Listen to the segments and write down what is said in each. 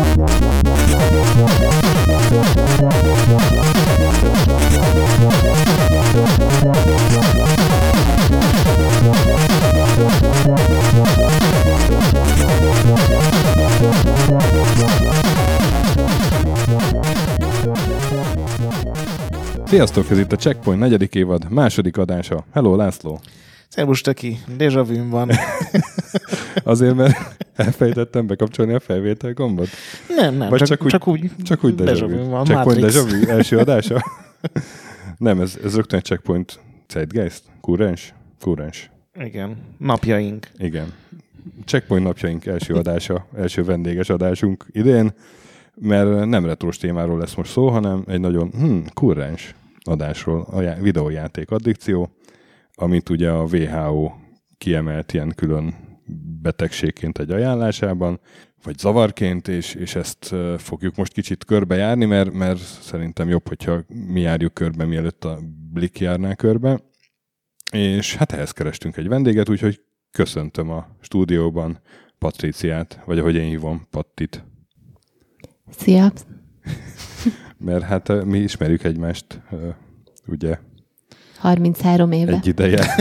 Sziasztok, ez itt a Checkpoint 4. évad második adása. Hello, László! Szervusz, Töki! Déjà vu van. Azért, mert elfelejtettem bekapcsolni a felvétel gombot? Nem, vagy csak úgy déjà vu van. Checkpoint Déjà vu első adása? Nem, ez rögtön egy Checkpoint Zeitgeist? Kurrens? Igen, napjaink. Igen. Checkpoint napjaink első adása, első vendéges adásunk idén, mert nem retrós témáról lesz most szó, hanem egy nagyon kurrens adásról, a videójáték addikció, amit ugye a WHO kiemelt ilyen külön betegségként egy ajánlásában, vagy zavarként, és ezt fogjuk most kicsit körbejárni, mert szerintem jobb, hogyha mi járjuk körbe, mielőtt a Blik járná körbe. És hát ehhez kerestünk egy vendéget, úgyhogy köszöntöm a stúdióban Patriciát, vagy ahogy én hívom, Pattit. Szia! Mert hát mi ismerjük egymást, ugye? 33 éve. Egy ideje.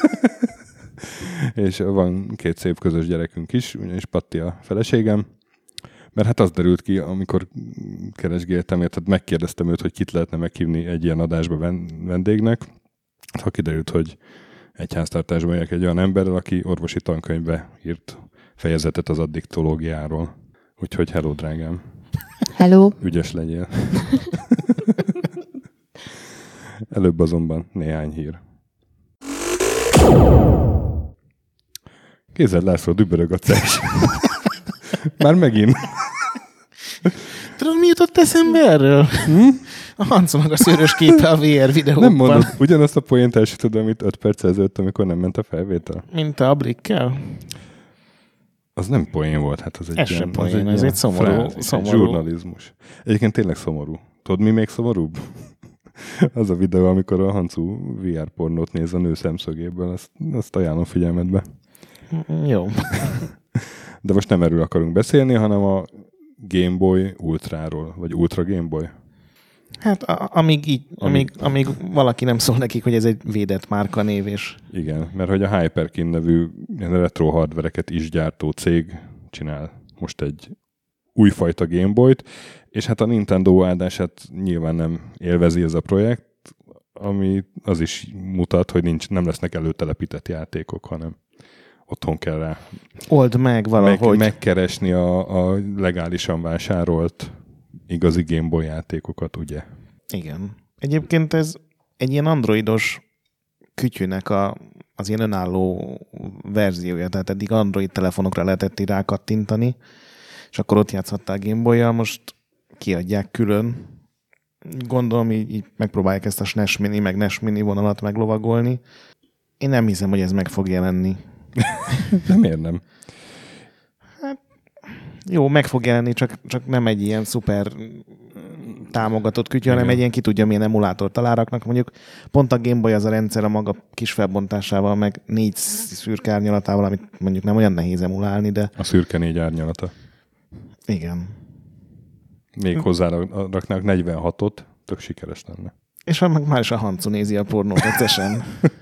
És van 2 szép közös gyerekünk is, ugyanis Patti a feleségem. Mert hát az derült ki, amikor keresgéltem, tehát megkérdeztem őt, hogy kit lehetne meghívni egy ilyen adásba vendégnek. Ha kiderült, hogy egy háztartásban élek egy olyan emberrel, aki orvosi tankönyvbe írt fejezetet az addiktológiáról. Úgyhogy hello, drágám. Hello. Ügyes legyél. Előbb azonban néhány hír. Kézzel László dübörög a cés. Már megint. Tudod, mi jutott eszembe erről? A Hanconak a szőrös képe a VR videóban. Nem mondod, ugyanazt a poént elsütöd, amit 5 perc ezelőtt, amikor nem ment a felvétel? Mint a Blikkel? Az nem poén volt, hát az egy ez sem poén, ez egy szomorú. Zsurnalizmus. Egyébként tényleg szomorú. Tudod, mi még szomorúbb? Az a videó, amikor a Hancu VR pornót néz a nő szemszögéből, azt ajánlom figyelmetbe. Jó. De most nem erről akarunk beszélni, hanem a Game Boy Ultráról, vagy Ultra Game Boy. Hát amíg valaki nem szól nekik, hogy ez egy védett márkanév és... Igen, mert hogy a Hyperkin nevű retro hardvereket is gyártó cég csinál most egy újfajta Game Boy-t, és hát a Nintendo áldását nyilván nem élvezi ez a projekt, ami az is mutat, hogy nem lesznek előtelepített játékok, hanem otthon kell rá old meg valahogy. Megkeresni a legálisan vásárolt igazi Game Boy játékokat, ugye? Igen. Egyébként ez egy ilyen androidos kütyűnek az ilyen önálló verziója, tehát eddig Android telefonokra lehetett rákattintani, és akkor ott játszhattál Game Boy-jal, most kiadják külön. Gondolom, így megpróbálják ezt a SNES Mini, meg NES Mini vonalat meglovagolni. Én nem hiszem, hogy ez meg fog jelenni. De miért nem? Hát, jó, meg fog jelenni, csak nem egy ilyen szuper támogatott kütyű, hanem egy ilyen ki tudja milyen emulátort taláraknak. Mondjuk pont a Game Boy az a rendszer a maga kis felbontásával, meg 4 szürke árnyalatával, amit mondjuk nem olyan nehéz emulálni, de... A szürke 4 árnyalata. Igen. Még hozzáraknák 46-ot, tök sikeres lenne. És már is a Hancu nézi a pornót egyszerűen.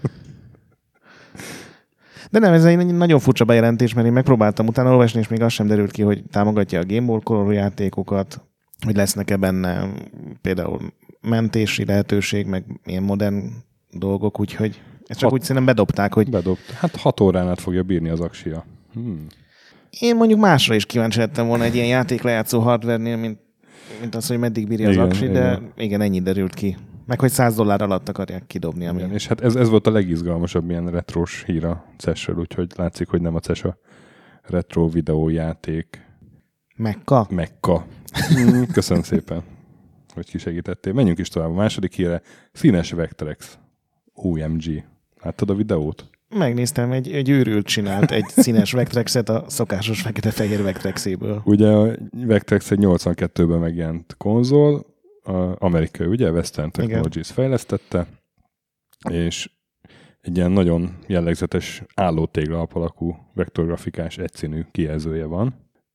De nem, ez egy nagyon furcsa bejelentés, mert én megpróbáltam utána olvasni, és még az sem derült ki, hogy támogatja a Game Boy Color játékokat, hogy lesznek-e benne például mentési lehetőség, meg ilyen modern dolgok, úgyhogy ezt csak úgy szerintem bedobták, hogy... Hát 6 órán át fogja bírni az aksia. Én mondjuk másra is kíváncsi lettem volna egy ilyen játék lejátszó hardware-nél, mint az, hogy meddig bírja az aksi, de igen, ennyi derült ki. Meg hogy $100 alatt akarják kidobni. Igen, és hát ez volt a legizgalmasabb ilyen retrós hír a CES-ről, úgyhogy látszik, hogy nem a CES a retro videójáték. Mekka. Köszönöm szépen, hogy kisegítettél. Menjünk is tovább. A második híre, színes Vectrex. OMG. Láttad a videót? Megnéztem, egy őrült csinált egy színes Vectrexet a szokásos fekete-fehér Vectrexéből. Ugye a Vectrex egy 82-ben megjelent konzol, amerikai, ugye, Western Technologies fejlesztette, és egy ilyen nagyon jellegzetes állótégla alapú vektorgrafikás egyszínű kijelzője van.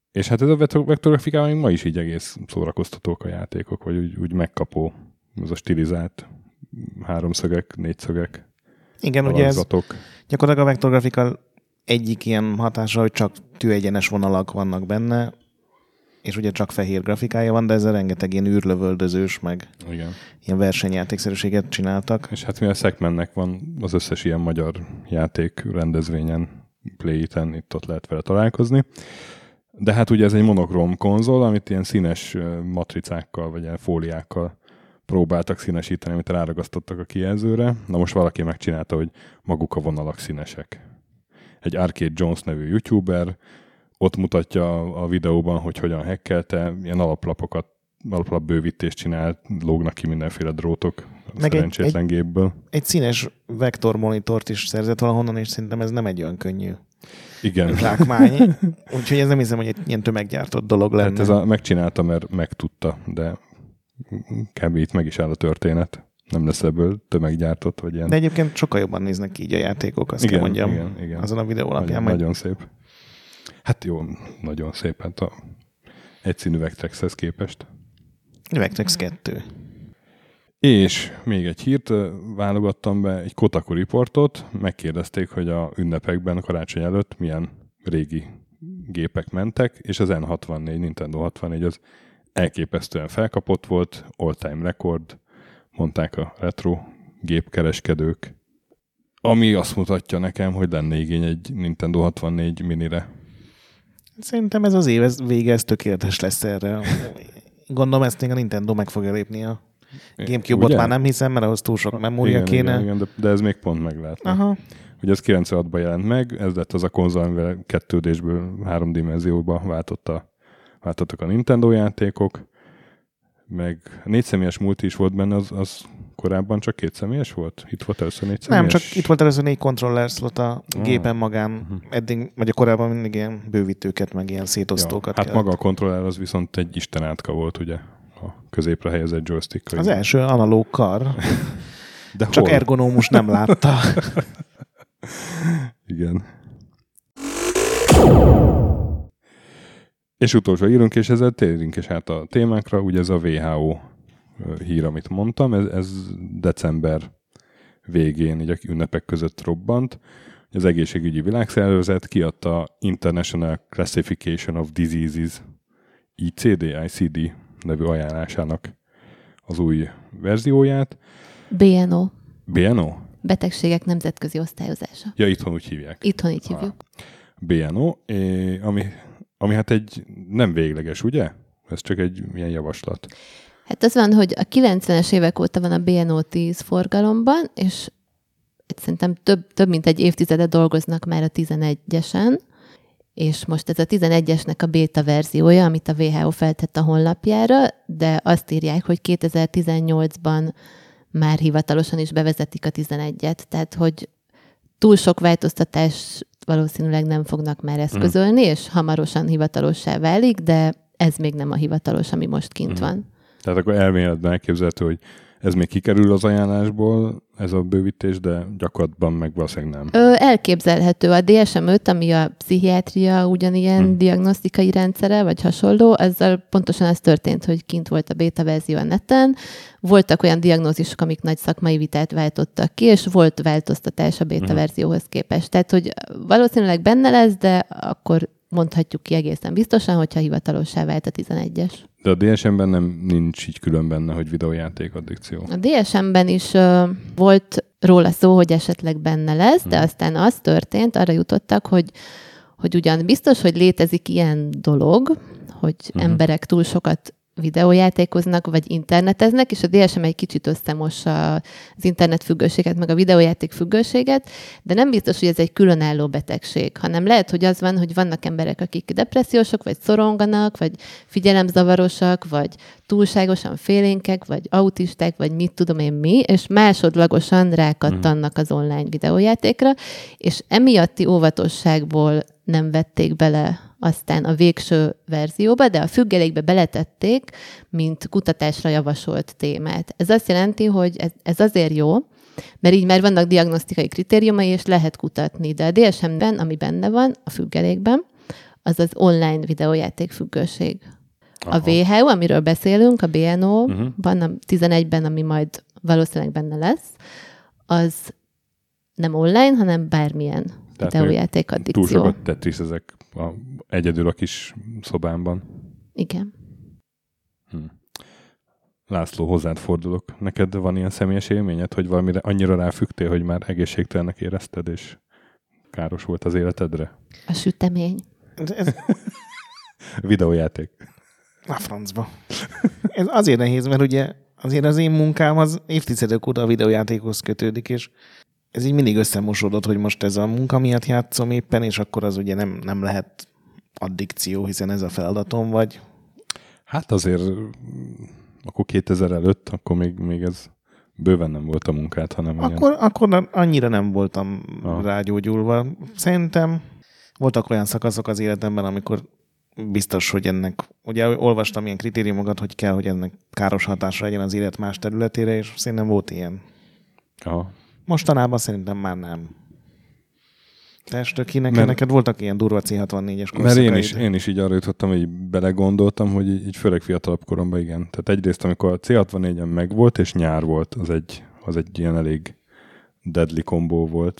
És hát ez a vektorgrafikában még ma is így egész szórakoztatók a játékok, vagy úgy megkapó, az a stilizált háromszögek, négyszögek. Igen, ugye ez gyakorlatilag a vektorgrafika egyik ilyen hatása, hogy csak tűegyenes vonalak vannak benne, és ugye csak fehér grafikája van, de ezzel rengeteg ilyen űrlövöldözős, meg igen. Ilyen versenyjátékszerűséget csináltak. És hát mivel Segmentnek van az összes ilyen magyar játék rendezvényen, Play-It-en, itt-ott lehet vele találkozni. De hát ugye ez egy monokróm konzol, amit ilyen színes matricákkal, vagy ilyen fóliákkal próbáltak színesíteni, amit ráragasztottak a kijelzőre. Na most valaki megcsinálta, hogy maguk a vonalak színesek. Egy Arcade Jones nevű youtuber ott mutatja a videóban, hogy hogyan hackelte, ilyen alaplapbővítést csinál, lógnak ki mindenféle drótok a szerencsétlen gépből. Egy színes vektormonitort is szerzett valahonnan, és szerintem ez nem egy olyan könnyű zsákmány. Úgyhogy ez nem hiszem, hogy egy ilyen tömeggyártott dolog lenne. Hát megcsinálta, mert megtudta, de kb. Itt meg is áll a történet. Nem lesz ebből tömeggyártott, vagy ilyen. De egyébként sokkal jobban néznek ki így a játékok, azt kell mondjam. Igen. Azon a videó alapján. Nagyon szép. Hát jó, nagyon szép. Hát a egyszínű Vectrexhez képest. Vectrex 2. És még egy hírt válogattam be, egy Kotaku riportot. Megkérdezték, hogy a ünnepekben, karácsony előtt milyen régi gépek mentek, és az N64, Nintendo 64 az elképesztően felkapott volt, all-time record, mondták a retro gépkereskedők. Ami azt mutatja nekem, hogy lenne igény egy Nintendo 64 minire. Szerintem ez az év vége, ez tökéletes lesz erre. Gondolom ezt még a Nintendo meg fogja lépni a GameCube-ot már nem hiszem, mert ahhoz túl sok memória kéne. Igen, de ez még pont meg lehetne. Aha. Ugye ez 96-ban jelent meg, ez lett az a konzol, amivel 2D-ből 3 dimenzióba váltottak a Nintendo játékok, meg 4 személyes multi is volt benne, az korábban csak 2 személyes volt? Itt volt először 4 személyes? Nem, csak itt volt először 4 controller slot a gépen magán. Eddig, vagy a korábban mindig ilyen bővítőket, meg ilyen szétosztókat. Hát maga a controller az viszont egy istenátka volt, ugye, a középre helyezett joystick. Az első analóg kar. De csak ergonómus nem látta. Igen. És utolsó írunk, és ezzel térjünk is át a témánkra, ugye ez a WHO hír, amit mondtam, ez december végén, így a ünnepek között robbant. Az egészségügyi világszervezet kiadta International Classification of Diseases, ICD nevű ajánlásának az új verzióját. BNO. BNO? Betegségek nemzetközi osztályozása. Ja, itthon úgy hívják. Itthon így hívjuk. BNO, ami hát egy nem végleges, ugye? Ez csak egy ilyen javaslat. Hát az van, hogy a 90-es évek óta van a BNO 10 forgalomban, és szerintem több mint egy évtizedet dolgoznak már a 11-esen, és most ez a 11-esnek a beta verziója, amit a WHO feltett a honlapjára, de azt írják, hogy 2018-ban már hivatalosan is bevezetik a 11-et, tehát hogy túl sok változtatás valószínűleg nem fognak már eszközölni, és hamarosan hivatalossá válik, de ez még nem a hivatalos, ami most kint van. Tehát akkor elméletben elképzelhető, hogy ez még kikerül az ajánlásból, ez a bővítés, de gyakorlatban meg valószínűleg nem. Elképzelhető. A DSM-5, ami a pszichiátria ugyanilyen diagnosztikai rendszere, vagy hasonló, azzal pontosan ez történt, hogy kint volt a beta verzió a neten, voltak olyan diagnózisok, amik nagy szakmai vitát váltottak ki, és volt változtatás a beta verzióhoz képest. Tehát, hogy valószínűleg benne lesz, de akkor mondhatjuk ki egészen biztosan, hogyha hivatalossá vált a 11-es. De a DSM-ben nincs így külön benne, hogy videójáték addikció. A DSM-ben is volt róla szó, hogy esetleg benne lesz, de aztán az történt, arra jutottak, hogy ugyan biztos, hogy létezik ilyen dolog, hogy emberek túl sokat videójátékoznak, vagy interneteznek, és a DSM egy kicsit összemossa az internet függőséget, meg a videójáték függőséget, de nem biztos, hogy ez egy különálló betegség, hanem lehet, hogy az van, hogy vannak emberek, akik depressziósok, vagy szoronganak, vagy figyelemzavarosak, vagy túlságosan félénkek, vagy autisták, vagy mit tudom én mi, és másodlagosan rákattannak az online videójátékra, és emiatti óvatosságból nem vették bele aztán a végső verzióba, de a függelékbe beletették, mint kutatásra javasolt témát. Ez azt jelenti, hogy ez azért jó, mert így már vannak diagnosztikai kritériumai, és lehet kutatni, de a DSM-ben, ami benne van, a függelékben, az az online videójáték függőség. Aha. A WHO, amiről beszélünk, a BNO-ban, a 11-ben, ami majd valószínűleg benne lesz, az nem online, hanem bármilyen videójáték addikció. Túl sokat Tetris ezek egyedül a kis szobámban. Igen. László, hozzád fordulok. Neked van ilyen személyes élményed, hogy valamire annyira ráfügtél, hogy már egészségtelennek érezted, és káros volt az életedre? A sütemény. Videójáték. A francba. Ez azért nehéz, mert ugye azért az én munkám az évtizedek óta a videójátékhoz kötődik, és ez így mindig összemosódott, hogy most ez a munka miatt játszom éppen, és akkor az ugye nem lehet addikció, hiszen ez a feladatom, vagy... Hát azért akkor 2000 előtt, akkor még ez bőven nem volt a munkát, hanem Akkor annyira nem voltam rágyógyulva. Szerintem voltak olyan szakaszok az életemben, amikor biztos, hogy ennek, ugye olvastam ilyen kritériumokat, hogy kell, hogy ennek káros hatása legyen az élet más területére, és szerintem volt ilyen. Aha. Mostanában szerintem már nem. Neked voltak ilyen durva C64-es korszakaid? Mert én is így arra jutottam, hogy belegondoltam, hogy így főleg fiatalabb koromban igen. Tehát egyrészt, amikor a C64-en megvolt, és nyár volt, az egy ilyen elég deadly kombó volt.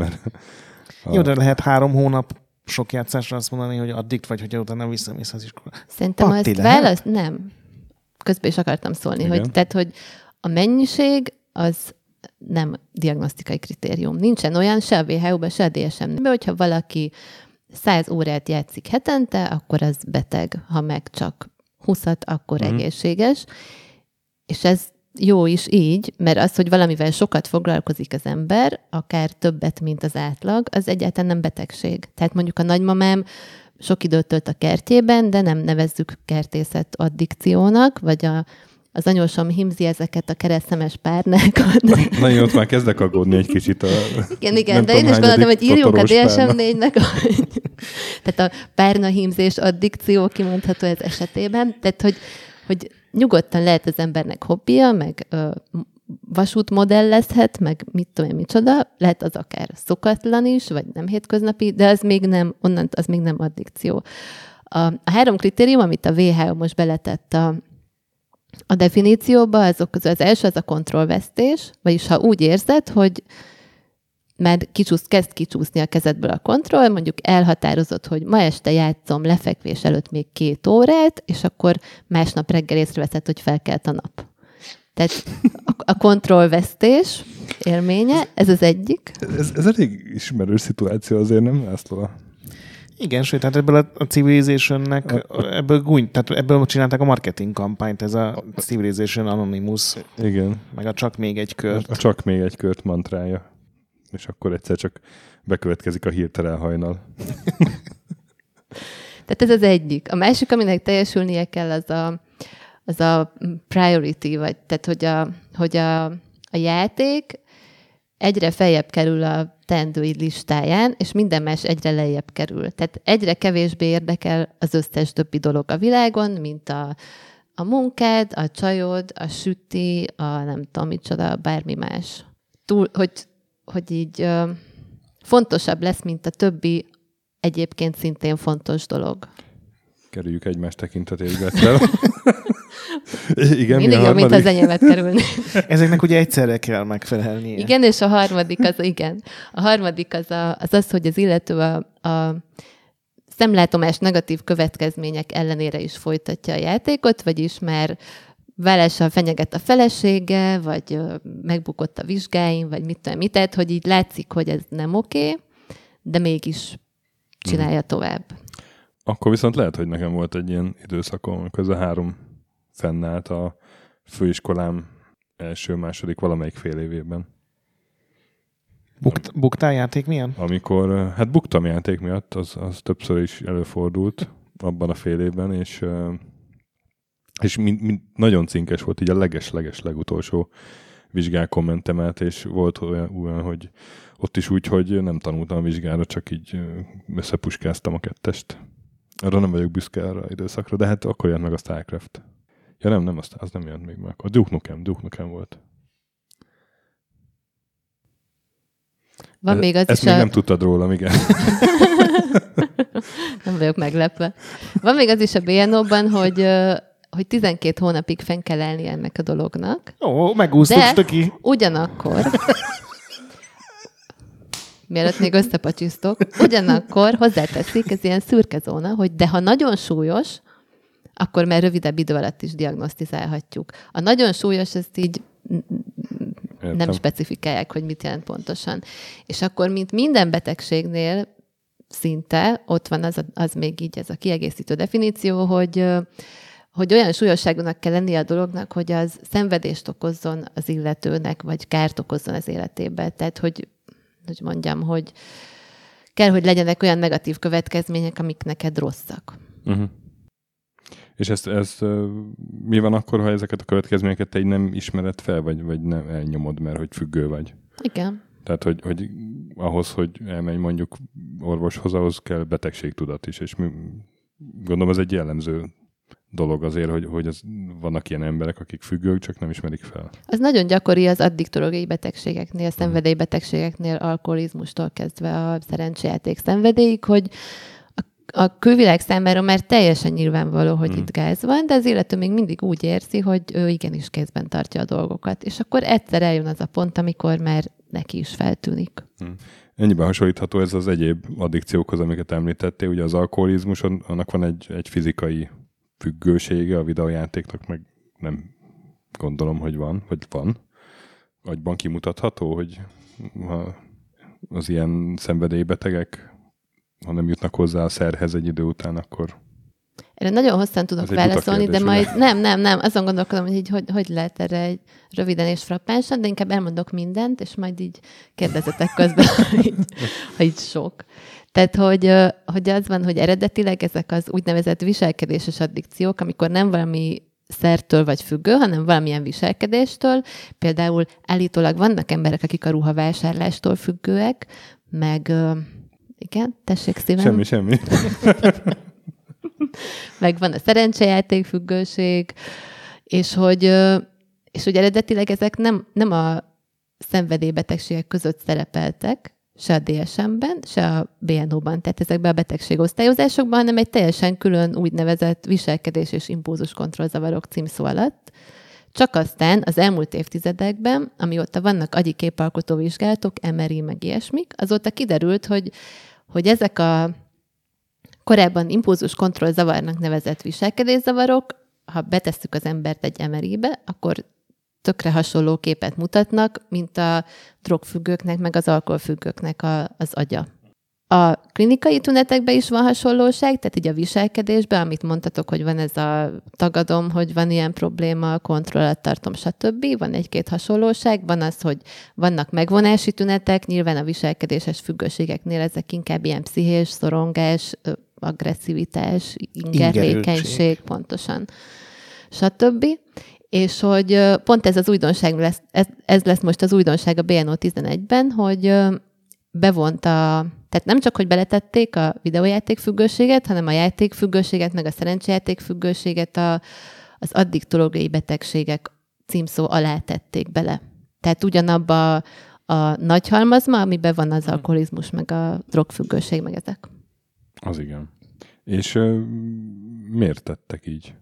Jó, de lehet 3 hónap sok játszásra azt mondani, hogy addikt vagy, hogy utána visszamész az iskola. Szerintem ezt válasz... Nem. Közben is akartam szólni, hogy a mennyiség az nem diagnosztikai kritérium. Nincsen olyan se a WHO-ban, se a DSM-ben, hogyha valaki 100 órát játszik hetente, akkor az beteg. Ha meg csak 20-at, akkor egészséges. És ez jó is így, mert az, hogy valamivel sokat foglalkozik az ember, akár többet, mint az átlag, az egyáltalán nem betegség. Tehát mondjuk a nagymamám sok időt tölt a kertjében, de nem nevezzük kertészet addikciónak, vagy az anyósom hímzi ezeket a keresztemes párnákat. Nagyon ott már kezdek aggódni egy kicsit. Igen, de én is gondoltam, hogy írjunk a DSM-4-nek. Tehát a párnahímzés addikció kimondható ez esetében. Tehát, hogy nyugodtan lehet az embernek hobbija, meg vasútmodellezhet, meg mit tudom én, micsoda, lehet az akár szokatlan is, vagy nem hétköznapi, de az még nem, az még nem addikció. A 3 kritérium, amit a WHO most beletett a definícióba, azok közül az első az a kontrollvesztés, vagyis ha úgy érzed, hogy már kezd kicsúszni a kezedből a kontroll, mondjuk elhatározod, hogy ma este játszom lefekvés előtt még 2 órát, és akkor másnap reggel észreveszed, hogy felkelt a nap. Tehát a kontrollvesztés élménye, ez az egyik. Ez elég ismerős szituáció azért, nem, László? Igen, sőt, tehát ebből a Civilization-nek, ebből csinálták a marketing kampányt, ez a Civilization Anonymous. Igen. Meg a csak még egy kört. A csak még egy kört mantrája. És akkor egyszer csak bekövetkezik a hirtelen hajnal. Tehát ez az egyik. A másik, aminek teljesülnie kell, az a priority, vagy tehát, hogy a játék egyre feljebb kerül a teendőid listáján, és minden más egyre lejjebb kerül. Tehát egyre kevésbé érdekel az összes többi dolog a világon, mint a munkád, a csajod, a süti, a nem tudom micsoda, bármi más. Hogy így fontosabb lesz, mint a többi egyébként szintén fontos dolog. Kerüljük egymás tekintetét, Gretel. Igen, mindig jobb, mint az enyémet kerülni. Ezeknek ugye egyszerre kell megfelelnie. Igen, és a harmadik az, hogy az illető a szemlátomás negatív következmények ellenére is folytatja a játékot, vagyis már válással fenyeget a felesége, vagy megbukott a vizsgáin, vagy mit tudom, tehát, hogy így látszik, hogy ez nem oké, de mégis csinálja tovább. Akkor viszont lehet, hogy nekem volt egy ilyen időszakom, amikor ez a 3 fennállt a főiskolám első-második valamelyik fél évében. Buktál játék milyen? Amikor, hát buktam játék miatt, az többször is előfordult abban a fél évben, és nagyon cinkes volt így a leges legutolsó vizsgákon mentem át, és volt olyan, hogy ott is úgy, hogy nem tanultam a vizsgára, csak így összepuskáztam a 2-est. Arra nem vagyok büszke arra időszakra, de hát akkor jelent meg a StarCraft. Ja nem, az nem jelent még meg. A Duke Nukem volt. Van még az ezt is még nem tudtad rólam, igen. Nem vagyok meglepve. Van még az is a BNO-ban, hogy 12 hónapig fenn kell állni ennek a dolognak. Ó, megúsztuk, stöki. Ugyanakkor, mielőtt még összepacsisztok, ugyanakkor hozzáteszik, ez ilyen szürke zóna, hogy de ha nagyon súlyos, akkor már rövidebb idő alatt is diagnosztizálhatjuk. A nagyon súlyos, ezt így nem specifikálják, hogy mit jelent pontosan. És akkor, mint minden betegségnél szinte, ott van az még így ez a kiegészítő definíció, hogy olyan súlyosságúnak kell lennie a dolognak, hogy az szenvedést okozzon az illetőnek, vagy kárt okozzon az életébe. Tehát, hogy mondjam, hogy kell, hogy legyenek olyan negatív következmények, amik neked rosszak. Uh-huh. És ezt mi van akkor, ha ezeket a következményeket te így nem ismered fel, vagy nem elnyomod, mert hogy függő vagy? Igen. Tehát, hogy ahhoz, hogy elmenj mondjuk orvoshoz, ahhoz kell betegségtudat is, és gondolom ez egy jellemző dolog azért, hogy vannak ilyen emberek, akik függők, csak nem ismerik fel. Az nagyon gyakori az addiktológiai betegségeknél, szenvedélybetegségeknél, alkoholizmustól kezdve a szerencsejáték szenvedélyig, hogy a külvilág számára már teljesen nyilvánvaló, hogy itt gáz van, de az illető még mindig úgy érzi, hogy ő igenis kézben tartja a dolgokat. És akkor egyszer eljön az a pont, amikor már neki is feltűnik. Ennyiben hasonlítható ez az egyéb addikciókhoz, amiket említettél. Ugye az alkoholizmus, annak van egy fizikai függősége, a videójátéknak meg nem gondolom, hogy van, vagy van. Agyban kimutatható, hogy az ilyen szenvedélybetegek, ha nem jutnak hozzá a szerhez egy idő után, akkor... Erre nagyon hosszan tudok válaszolni, de majd nem. Azon gondolkodom, hogy lehet erre egy röviden és frappánsan, de inkább elmondok mindent, és majd így kérdezetek közben, ha így sok. Tehát, hogy az van, hogy eredetileg ezek az úgynevezett viselkedéses addikciók, amikor nem valami szertől vagy függő, hanem valamilyen viselkedéstől. Például állítólag vannak emberek, akik a ruhavásárlástól függőek, meg... Igen, tessék szívem. Semmi. Meg van a szerencsejáték függőség, és hogy eredetileg ezek nem a szenvedélybetegségek között szerepeltek, se a DSM-ben, se a BNO-ban, tehát ezekben a betegségosztályozásokban, hanem egy teljesen külön úgynevezett viselkedés és impulzuskontrollzavarok címszó alatt. Csak aztán az elmúlt évtizedekben, amióta vannak agyi képalkotó vizsgálatok, MRI, meg ilyesmik, azóta kiderült, hogy ezek a korábban impulzuskontrollzavarnak nevezett viselkedészavarok, ha betesszük az embert egy MRI-be, akkor tökre hasonló képet mutatnak, mint a drogfüggőknek, meg az alkoholfüggőknek az agya. A klinikai tünetekben is van hasonlóság, tehát így a viselkedésben, amit mondtatok, hogy van ez a tagadom, hogy van ilyen probléma, kontroll alatt tartom, stb. Van egy-két hasonlóság. Van az, hogy vannak megvonási tünetek, nyilván a viselkedéses függőségeknél ezek inkább ilyen pszichés, szorongás, agresszivitás, ingerlékenység, pontosan, stb. És hogy pont ez az újdonság lesz, ez lesz most az újdonság a BNO 11-ben, hogy bevonta, tehát nem csak, hogy beletették a videójáték függőséget, hanem a játékfüggőséget, meg a szerencsejáték függőséget az addiktológiai betegségek címszó alá tették bele. Tehát ugyanabba a nagy halmazma, amiben van az alkoholizmus, meg a drogfüggőség, meg ezek. Az igen. És miért tettek így?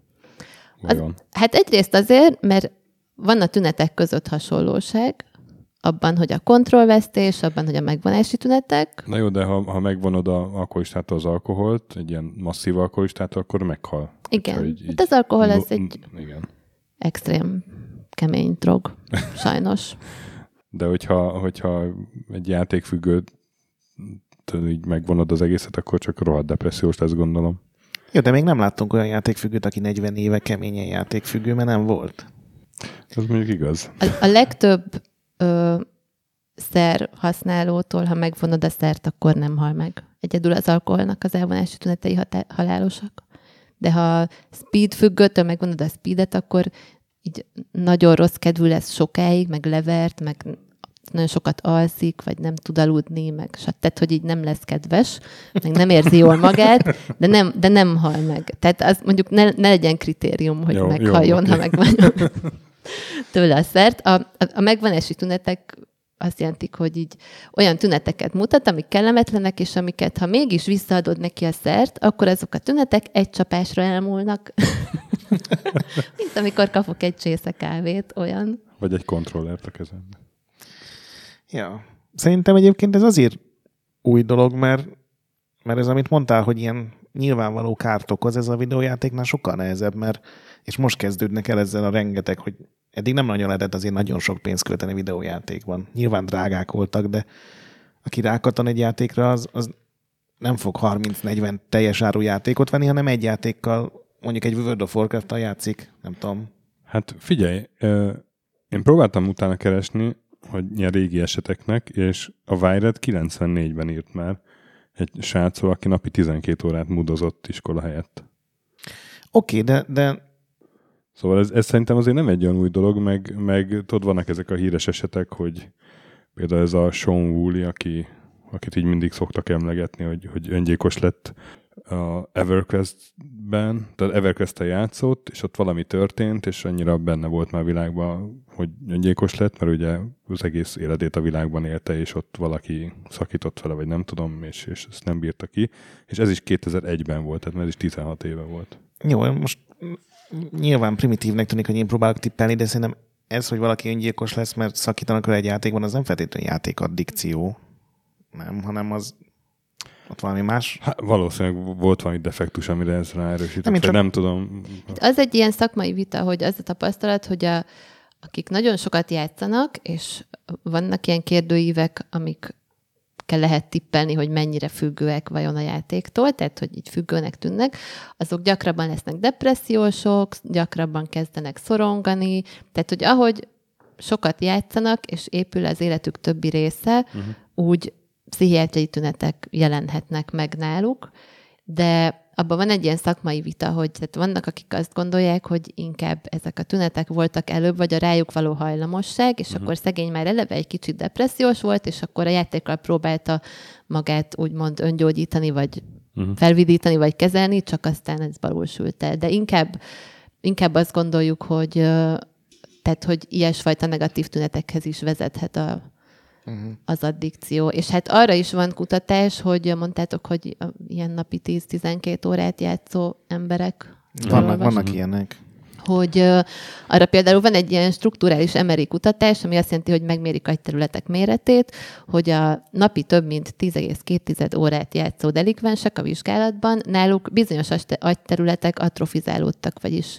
Hát egyrészt azért, mert van a tünetek között hasonlóság, abban, hogy a kontrollvesztés, abban, hogy a megvonási tünetek. Na jó, de ha megvonod az alkoholistától az alkoholt, egy ilyen masszív alkoholistától, akkor meghal. Igen. Hát az alkohol ez egy extrém kemény drog, sajnos. De hogyha egy játékfüggőt így megvonod az egészet, akkor csak rohadt depressziós lesz, gondolom. Jó, de még nem láttunk olyan játékfüggőt, aki 40 éve keményen játékfüggő, mert nem volt. Ez mondjuk igaz. A legtöbb szer használótól, ha megvonod a szert, akkor nem hal meg. Egyedül az alkoholnak az elvonási tünetei halálosak. De ha speed függőtől megvonod a speedet, akkor így nagyon rossz kedvű lesz sokáig, meg levert, meg nagyon sokat alszik, vagy nem tud aludni, meg tehát, hogy így nem lesz kedves, meg nem érzi jól magát, de nem hal meg. Tehát az mondjuk ne legyen kritérium, hogy meghalljon, ha megvan tőle a szert. A megvonási tünetek azt jelentik, hogy így olyan tüneteket mutat, amik kellemetlenek, és amiket, ha mégis visszaadod neki a szert, akkor azok a tünetek egy csapásra elmúlnak. Mint amikor kapok egy csésze kávét, olyan. Vagy egy kontrollert a kezembe. Ja. Szerintem egyébként ez azért új dolog, mert ez, amit mondtál, hogy ilyen nyilvánvaló kárt okoz, ez a videójátéknál sokkal nehezebb, és most kezdődnek el ezzel a rengeteg, hogy eddig nem nagyon lehetett azért nagyon sok pénzt költeni videójátékban. Nyilván drágák voltak, de aki rákattan egy játékra, az nem fog 30-40 teljes áru játékot venni, hanem egy játékkal, mondjuk egy World of Warcraft-tal játszik, nem tudom. Hát figyelj, én próbáltam utána keresni, hogy ilyen régi eseteknek, és a Wired 94-ben írt már egy srácról, aki napi 12 órát módozott iskola helyett. Oké, de... Szóval ez szerintem azért nem egy olyan új dolog, meg tudod, vannak ezek a híres esetek, hogy például ez a Sean Woolley, akit így mindig szoktak emlegetni, hogy öngyilkos lett a EverQuest-ben, tehát EverQuest-tel játszott, és ott valami történt, és annyira benne volt már a világban, hogy öngyilkos lett, mert ugye az egész életét a világban élte, és ott valaki szakított vele, vagy nem tudom, és ezt nem bírta ki. És ez is 2001-ben volt, tehát ez is 16 éve volt. Jó, most nyilván primitívnek tűnik, hogy én próbálok tippelni, de szerintem ez, hogy valaki öngyilkos lesz, mert szakítanak vele egy játékban, az nem feltétlenül játékaddikció. Nem, hanem az ott valami más. Hát, valószínűleg volt valami defektus, amire ez ráerősített, nem tudom. Az egy ilyen szakmai vita, hogy az a tapasztalat, hogy akik nagyon sokat játszanak, és vannak ilyen kérdőívek, amikkel lehet tippelni, hogy mennyire függőek vajon a játéktól, tehát hogy így függőnek tűnnek, azok gyakrabban lesznek depressziósok, gyakrabban kezdenek szorongani, tehát hogy ahogy sokat játszanak, és épül az életük többi része, úgy pszichiátriai tünetek jelenhetnek meg náluk, de abban van egy ilyen szakmai vita, hogy tehát vannak, akik azt gondolják, hogy inkább ezek a tünetek voltak előbb, vagy a rájuk való hajlamosság, és akkor szegény már eleve egy kicsit depressziós volt, és akkor a játékkal próbálta magát úgymond öngyógyítani, vagy felvidítani, vagy kezelni, csak aztán ez valósult el. De inkább azt gondoljuk, hogy, tehát, hogy ilyesfajta negatív tünetekhez is vezethet az addikció. És hát arra is van kutatás, hogy mondtátok, hogy ilyen napi 10-12 órát játszó emberek. Vannak ilyenek. Hogy arra például van egy ilyen strukturális MRI kutatás, ami azt jelenti, hogy megmérik agyterületek méretét, hogy a napi több mint 10,2 órát játszó delikvensek a vizsgálatban, náluk bizonyos agyterületek atrofizálódtak, vagyis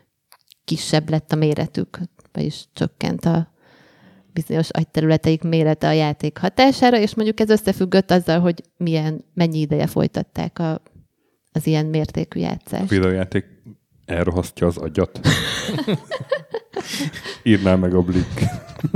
kisebb lett a méretük, vagyis csökkent a bizonyos agyterületeik mérete a játék hatására, és mondjuk ez összefüggött azzal, hogy mennyi ideje folytatták az ilyen mértékű játszást. A videójáték elrohasztja az agyat. Írnál meg a Blik.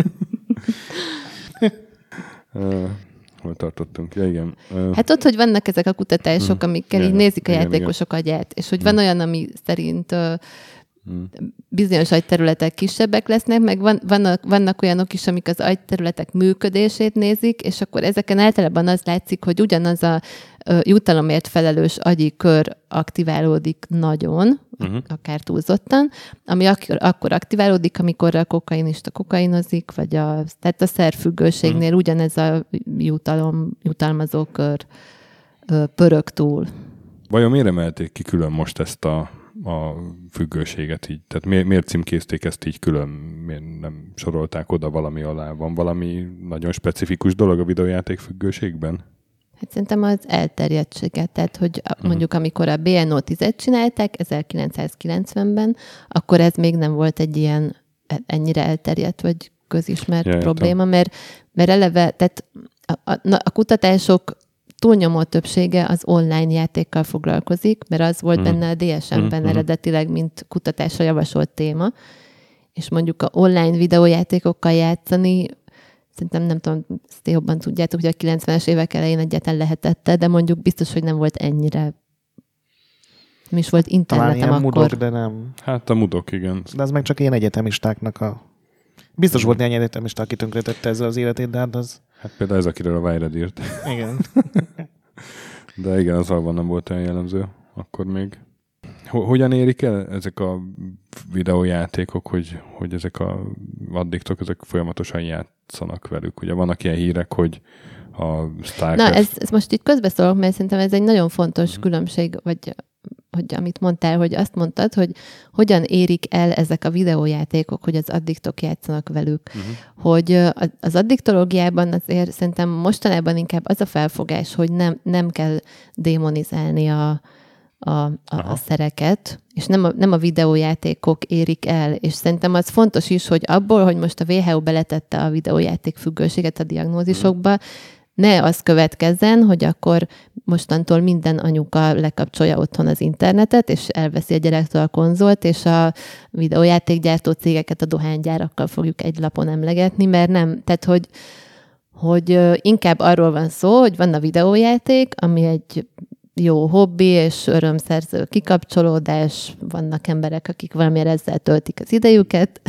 Hol tartottunk? Ja, igen. Hát ott, hogy vannak ezek a kutatások, amikkel így nézik a játékosok agyát, és hogy van olyan, ami szerint bizonyos agyterületek kisebbek lesznek, meg vannak olyanok is, amik az agyterületek működését nézik, és akkor ezeken általában az látszik, hogy ugyanaz a jutalomért felelős agyi kör aktiválódik nagyon, akár túlzottan, ami akkor aktiválódik, amikor a kokainista kokainozik, vagy tehát a szerfüggőségnél ugyanez a jutalmazó kör pörög túl. Vajon miért emelték ki külön most ezt a függőséget így? Tehát miért címkézték ezt így külön? Miért nem sorolták oda valami alá? Van valami nagyon specifikus dolog a videójáték függőségben? Hát szerintem az elterjedtséget. Tehát, hogy mondjuk amikor a BNO 10-et csinálták 1990-ben, akkor ez még nem volt egy ilyen ennyire elterjedt vagy közismert probléma, mert eleve, tehát a kutatások túlnyomó többsége az online játékkal foglalkozik, mert az volt benne a DSM-ben eredetileg, mint kutatásra javasolt téma, és mondjuk a online videójátékokkal játszani, szerintem nem tudom, ezt jobban tudjátok, hogy a 90-es évek elején egyáltalán lehetett, de mondjuk biztos, hogy nem volt ennyire, nem is volt internetem talán akkor. Mudok, de nem. Hát a Mudok, igen. De az meg csak ilyen egyetemistáknak biztos volt néhány egyetemista, aki tönkretette ezzel az életét, de hát az... Hát például ez, akiről a Wired írt. Igen. De igen, az valóban nem volt olyan jellemző akkor még. Hogyan érik el ezek a videójátékok, hogy ezek a addiktok, ezek folyamatosan játszanak velük? Ugye vannak ilyen hírek, hogy a Starcraft... Na, ez most itt közbeszólok, mert szerintem ez egy nagyon fontos különbség, vagy hogy amit mondtál, hogy azt mondtad, hogy hogyan érik el ezek a videójátékok, hogy az addiktok játszanak velük. Hogy az addiktológiában azért szerintem mostanában inkább az a felfogás, hogy nem kell démonizálni a szereket, és nem a videójátékok érik el, és szerintem az fontos is, hogy abból, hogy most a WHO beletette a videójáték függőséget a diagnózisokba, ne az következzen, hogy akkor mostantól minden anyuka lekapcsolja otthon az internetet, és elveszi a gyerektől a konzolt, és a videójátékgyártó cégeket a dohánygyárakkal fogjuk egy lapon emlegetni, mert nem, tehát hogy inkább arról van szó, hogy van a videójáték, ami egy jó hobbi és örömszerző kikapcsolódás, vannak emberek, akik valamire ezzel töltik az idejüket,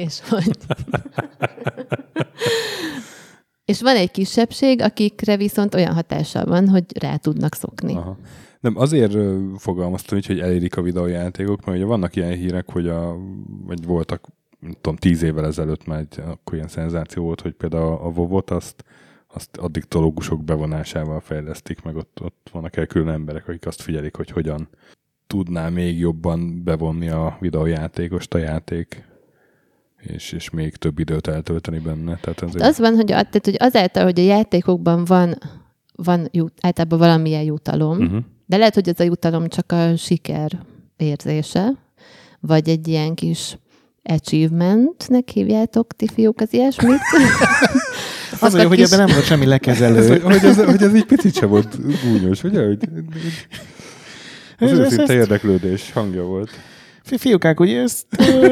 és van egy kisebbség, akikre viszont olyan hatással van, hogy rá tudnak szokni. Aha. Nem, azért fogalmaztam így, hogy elérik a videójátékok, mert ugye vannak ilyen hírek, vagy voltak, nem tudom, 10 évvel ezelőtt már akkor ilyen szenzáció volt, hogy például a WoW-ot azt addiktológusok bevonásával fejlesztik, meg ott vannak külön emberek, akik azt figyelik, hogy hogyan tudná még jobban bevonni a videójátékost a játék, és még több időt eltölteni benne. Tehát az van, hogy azáltal, hogy a játékokban van általában valamilyen jutalom, de lehet, hogy ez a jutalom csak a siker érzése, vagy egy ilyen kis achievementnek hívjátok, ti fiúk, az ilyesmit. Az olyan, hogy ebben nem volt semmi lekezelő. hogy ez így picit sem volt gúnyos, ugye? Az őszinte érdeklődés hangja volt. Fiúkák, ugye ezt...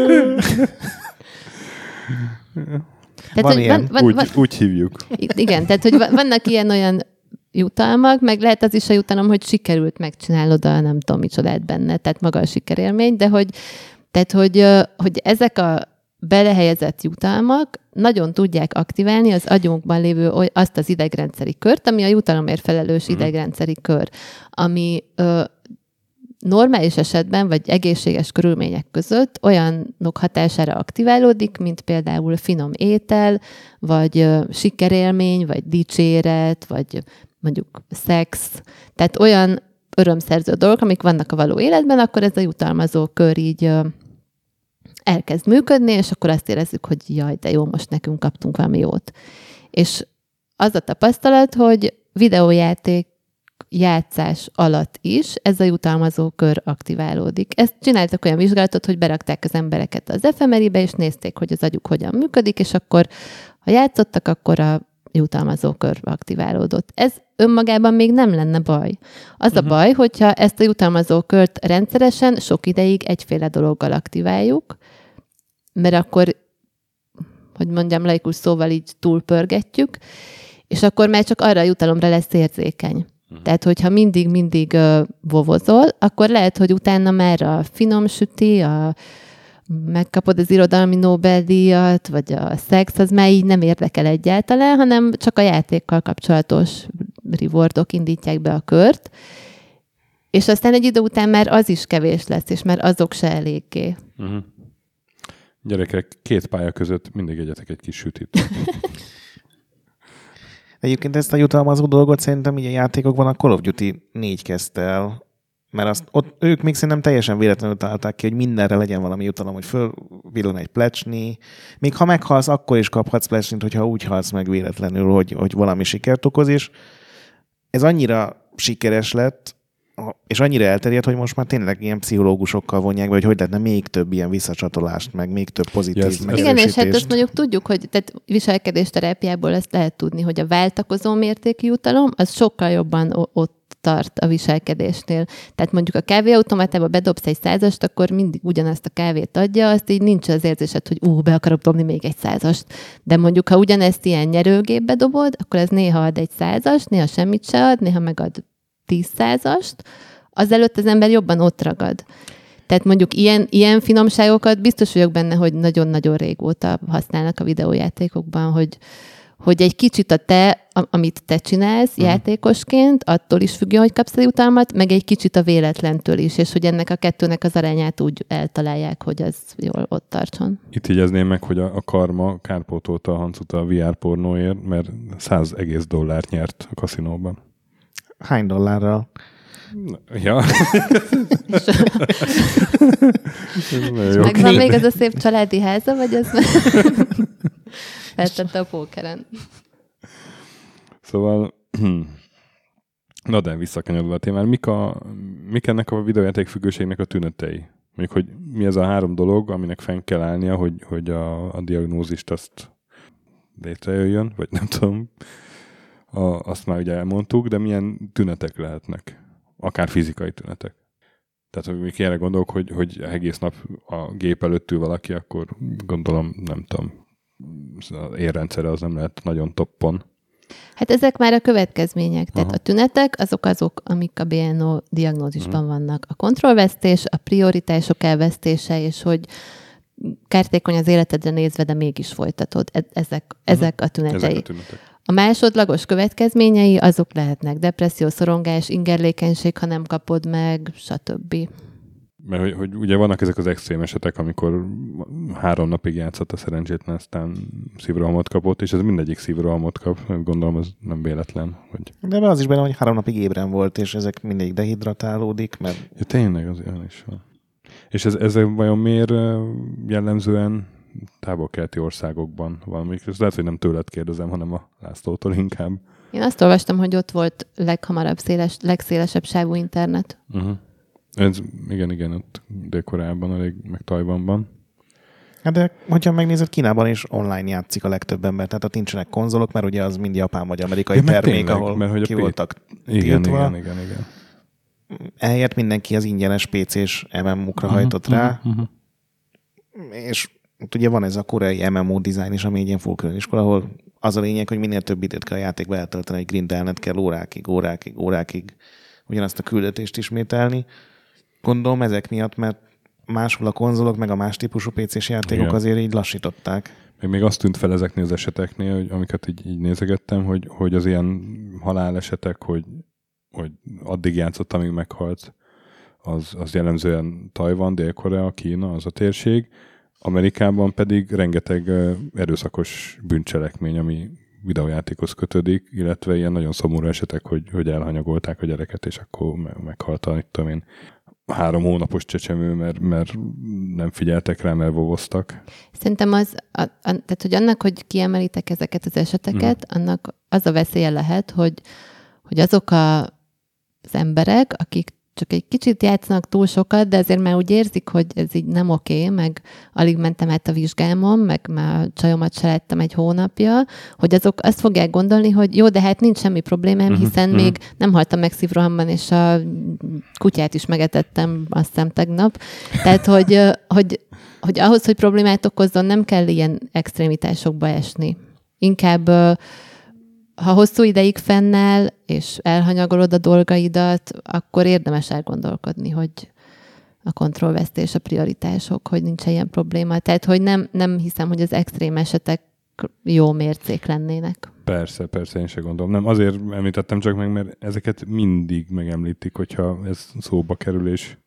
Tehát, úgy hívjuk. Igen, tehát hogy vannak ilyen-olyan jutalmak, meg lehet az is a jutalom, hogy sikerült megcsinálod a nem tudom micsodát benne, tehát maga a sikerélmény, de hogy ezek a belehelyezett jutalmak nagyon tudják aktiválni az agyunkban lévő azt az idegrendszeri kört, ami a jutalomért felelős idegrendszeri kör, ami normális esetben, vagy egészséges körülmények között olyanok hatására aktiválódik, mint például finom étel, vagy sikerélmény, vagy dicséret, vagy mondjuk szex. Tehát olyan örömszerző dolgok, amik vannak a való életben, akkor ez a jutalmazó kör így elkezd működni, és akkor azt érezzük, hogy jaj, de jó, most nekünk kaptunk valami jót. És az a tapasztalat, hogy videójáték játszás alatt is ez a jutalmazó kör aktiválódik. Ezt csináltak olyan vizsgálatot, hogy berakták az embereket az efemeribe, és nézték, hogy az agyuk hogyan működik, és akkor, ha játszottak, akkor a jutalmazó kör aktiválódott. Ez önmagában még nem lenne baj. Az a baj, hogyha ezt a jutalmazó kört rendszeresen sok ideig egyféle dologgal aktiváljuk, mert akkor, hogy mondjam laikus szóval így túlpörgetjük, és akkor már csak arra a jutalomra lesz érzékeny. Tehát, hogyha mindig vovozol, akkor lehet, hogy utána már a finom süti, megkapod az irodalmi Nobel-díjat, vagy a szex, az már így nem érdekel egyáltalán, hanem csak a játékkal kapcsolatos rewardok indítják be a kört, és aztán egy idő után már az is kevés lesz, és már azok se eléggé. Gyerekek, 2 pálya között mindig egyetek egy kis sütit. Egyébként ezt a jutalmazó dolgot szerintem így a játékokban a Call of Duty 4 kezdte el, mert ők még szerintem teljesen véletlenül találták ki, hogy mindenre legyen valami jutalom, hogy fölvillan egy plecsni. Még ha meghalsz, akkor is kaphatsz plecsnit, hogyha úgy halsz meg véletlenül, hogy valami sikert okoz, és ez annyira sikeres lett, és annyira elterjedt, hogy most már tényleg ilyen pszichológusokkal vonják be, hogy lehetne még több ilyen visszacsatolást, meg még több pozitív megerősítést. Igen, és hát azt mondjuk tudjuk, hogy tehát viselkedésterápiából ezt lehet tudni, hogy a váltakozó mértékű jutalom, az sokkal jobban ott tart a viselkedésnél. Tehát mondjuk a kávéautomatába bedobsz egy 100-ast, akkor mindig ugyanazt a kávét adja, azt így nincs az érzésed, hogy be akarok dobni még egy 100-ast. De mondjuk, ha ugyanezt ilyen nyerőgépbe dobod, akkor ez néha ad egy 100-ast, néha semmit se ad, néha megad 10%-ast, azelőtt az ember jobban ott ragad. Tehát mondjuk ilyen finomságokat biztos vagyok benne, hogy nagyon-nagyon régóta használnak a videójátékokban, hogy egy kicsit amit te csinálsz játékosként, attól is függően, hogy kapsz jutalmat, meg egy kicsit a véletlentől is, és hogy ennek a kettőnek az arányát úgy eltalálják, hogy ez jól ott tartson. Itt jegyezném meg, hogy a Karma kárpótolta a Hancut a VR pornóért, mert $100,000 nyert a kaszinóban. Hány dollárral? Ja. Megvan még az a szép családi háza, vagy ez feltette a pókeren? Szóval, na de visszakanyarodva a témára, mik ennek a videójáték függőségnek a tünetei? Mondjuk, hogy mi ez a 3 dolog, aminek fenn kell állnia, hogy a diagnózist azt létrejöjjön, vagy nem tudom, azt már ugye elmondtuk, de milyen tünetek lehetnek? Akár fizikai tünetek. Tehát, hogy még erre gondolok, hogy egész nap a gép előtt ül valaki, akkor gondolom, nem tudom, az érrendszere az nem lehet nagyon toppon. Hát ezek már a következmények. Tehát a tünetek azok, amik a BNO diagnózisban vannak. A kontrollvesztés, a prioritások elvesztése, és hogy kártékony az életedre nézve, de mégis folytatod. Ezek a tünetei. Ezek a tünetek. A másodlagos következményei azok lehetnek depresszió, szorongás, ingerlékenység, ha nem kapod meg, stb. Mert hogy ugye vannak ezek az extrém esetek, amikor 3 napig játszott a szerencsétlen, aztán szívrohamot kapott, és ez mindegyik szívrohamot kap. Gondolom, ez nem véletlen. Hogy... De az is benne, hogy 3 napig ébren volt, és ezek mindegyik dehidratálódik, mert... Ja, tényleg, az olyan is van. És ez vajon miért jellemzően távol-keleti országokban van? Ez lehet, hogy nem tőled kérdezem, hanem a Lászlótól inkább. Én azt olvastam, hogy ott volt legszélesebb sávú internet. Ez, igen, ott Dél-Koreában, meg Tajvanban. Hát de, hogyha megnézed, Kínában is online játszik a legtöbb ember, tehát ott nincsenek konzolok, mert ugye az mind japán vagy amerikai termék, tényleg, ahol mert, hogy voltak tiltva. Igen. Ehelyett mindenki az ingyenes PC-s MMO-kra hajtott rá, és ugye van ez a koreai MMO design is, ami egy ilyen full különiskola, ahol az a lényeg, hogy minél több időt kell a játékba eltölteni, hogy grindelned kell órákig ugyanazt a küldetést ismételni. Gondolom ezek miatt, mert máshol a konzolok, meg a más típusú PC-s játékok azért így lassították. Még azt tűnt fel ezeknél az eseteknél, hogy amiket így nézegettem, hogy az ilyen halálesetek, hogy addig játszott, amíg meghalt, az jellemzően Tajvan, Dél-Korea, Kína, az a térség. Amerikában pedig rengeteg erőszakos bűncselekmény, ami videójátékhoz kötődik, illetve ilyen nagyon szomorú esetek, hogy elhanyagolták a gyereket, és akkor meghalt a, 3 hónapos csecsemő, mert nem figyeltek rá, mert vovoztak. Szerintem tehát, hogy annak, hogy kiemelitek ezeket az eseteket, annak az a veszélye lehet, hogy azok az emberek, akik csak egy kicsit játszanak túl sokat, de azért már úgy érzik, hogy ez így nem oké, meg alig mentem át a vizsgámon, meg már csajomat se láttam egy hónapja, hogy azok azt fogják gondolni, hogy jó, de hát nincs semmi problémám, hiszen még nem haltam meg szívrohamban, és a kutyát is megetettem, azt hiszem tegnap. Tehát, hogy ahhoz, hogy problémát okozzon, nem kell ilyen extrémitásokba esni. Inkább ha hosszú ideig fennáll, és elhanyagolod a dolgaidat, akkor érdemes elgondolkodni, hogy a kontrollvesztés, a prioritások, hogy nincs ilyen probléma. Tehát, hogy nem hiszem, hogy az extrém esetek jó mércék lennének. Persze, én sem gondolom. Nem, azért említettem csak meg, mert ezeket mindig megemlítik, hogyha ez szóba kerül,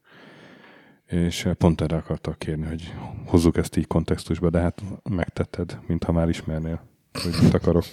és pont erre akartak kérni, hogy hozzuk ezt így kontextusba, de hát megtetted, mintha már ismernél, hogy mit akarok.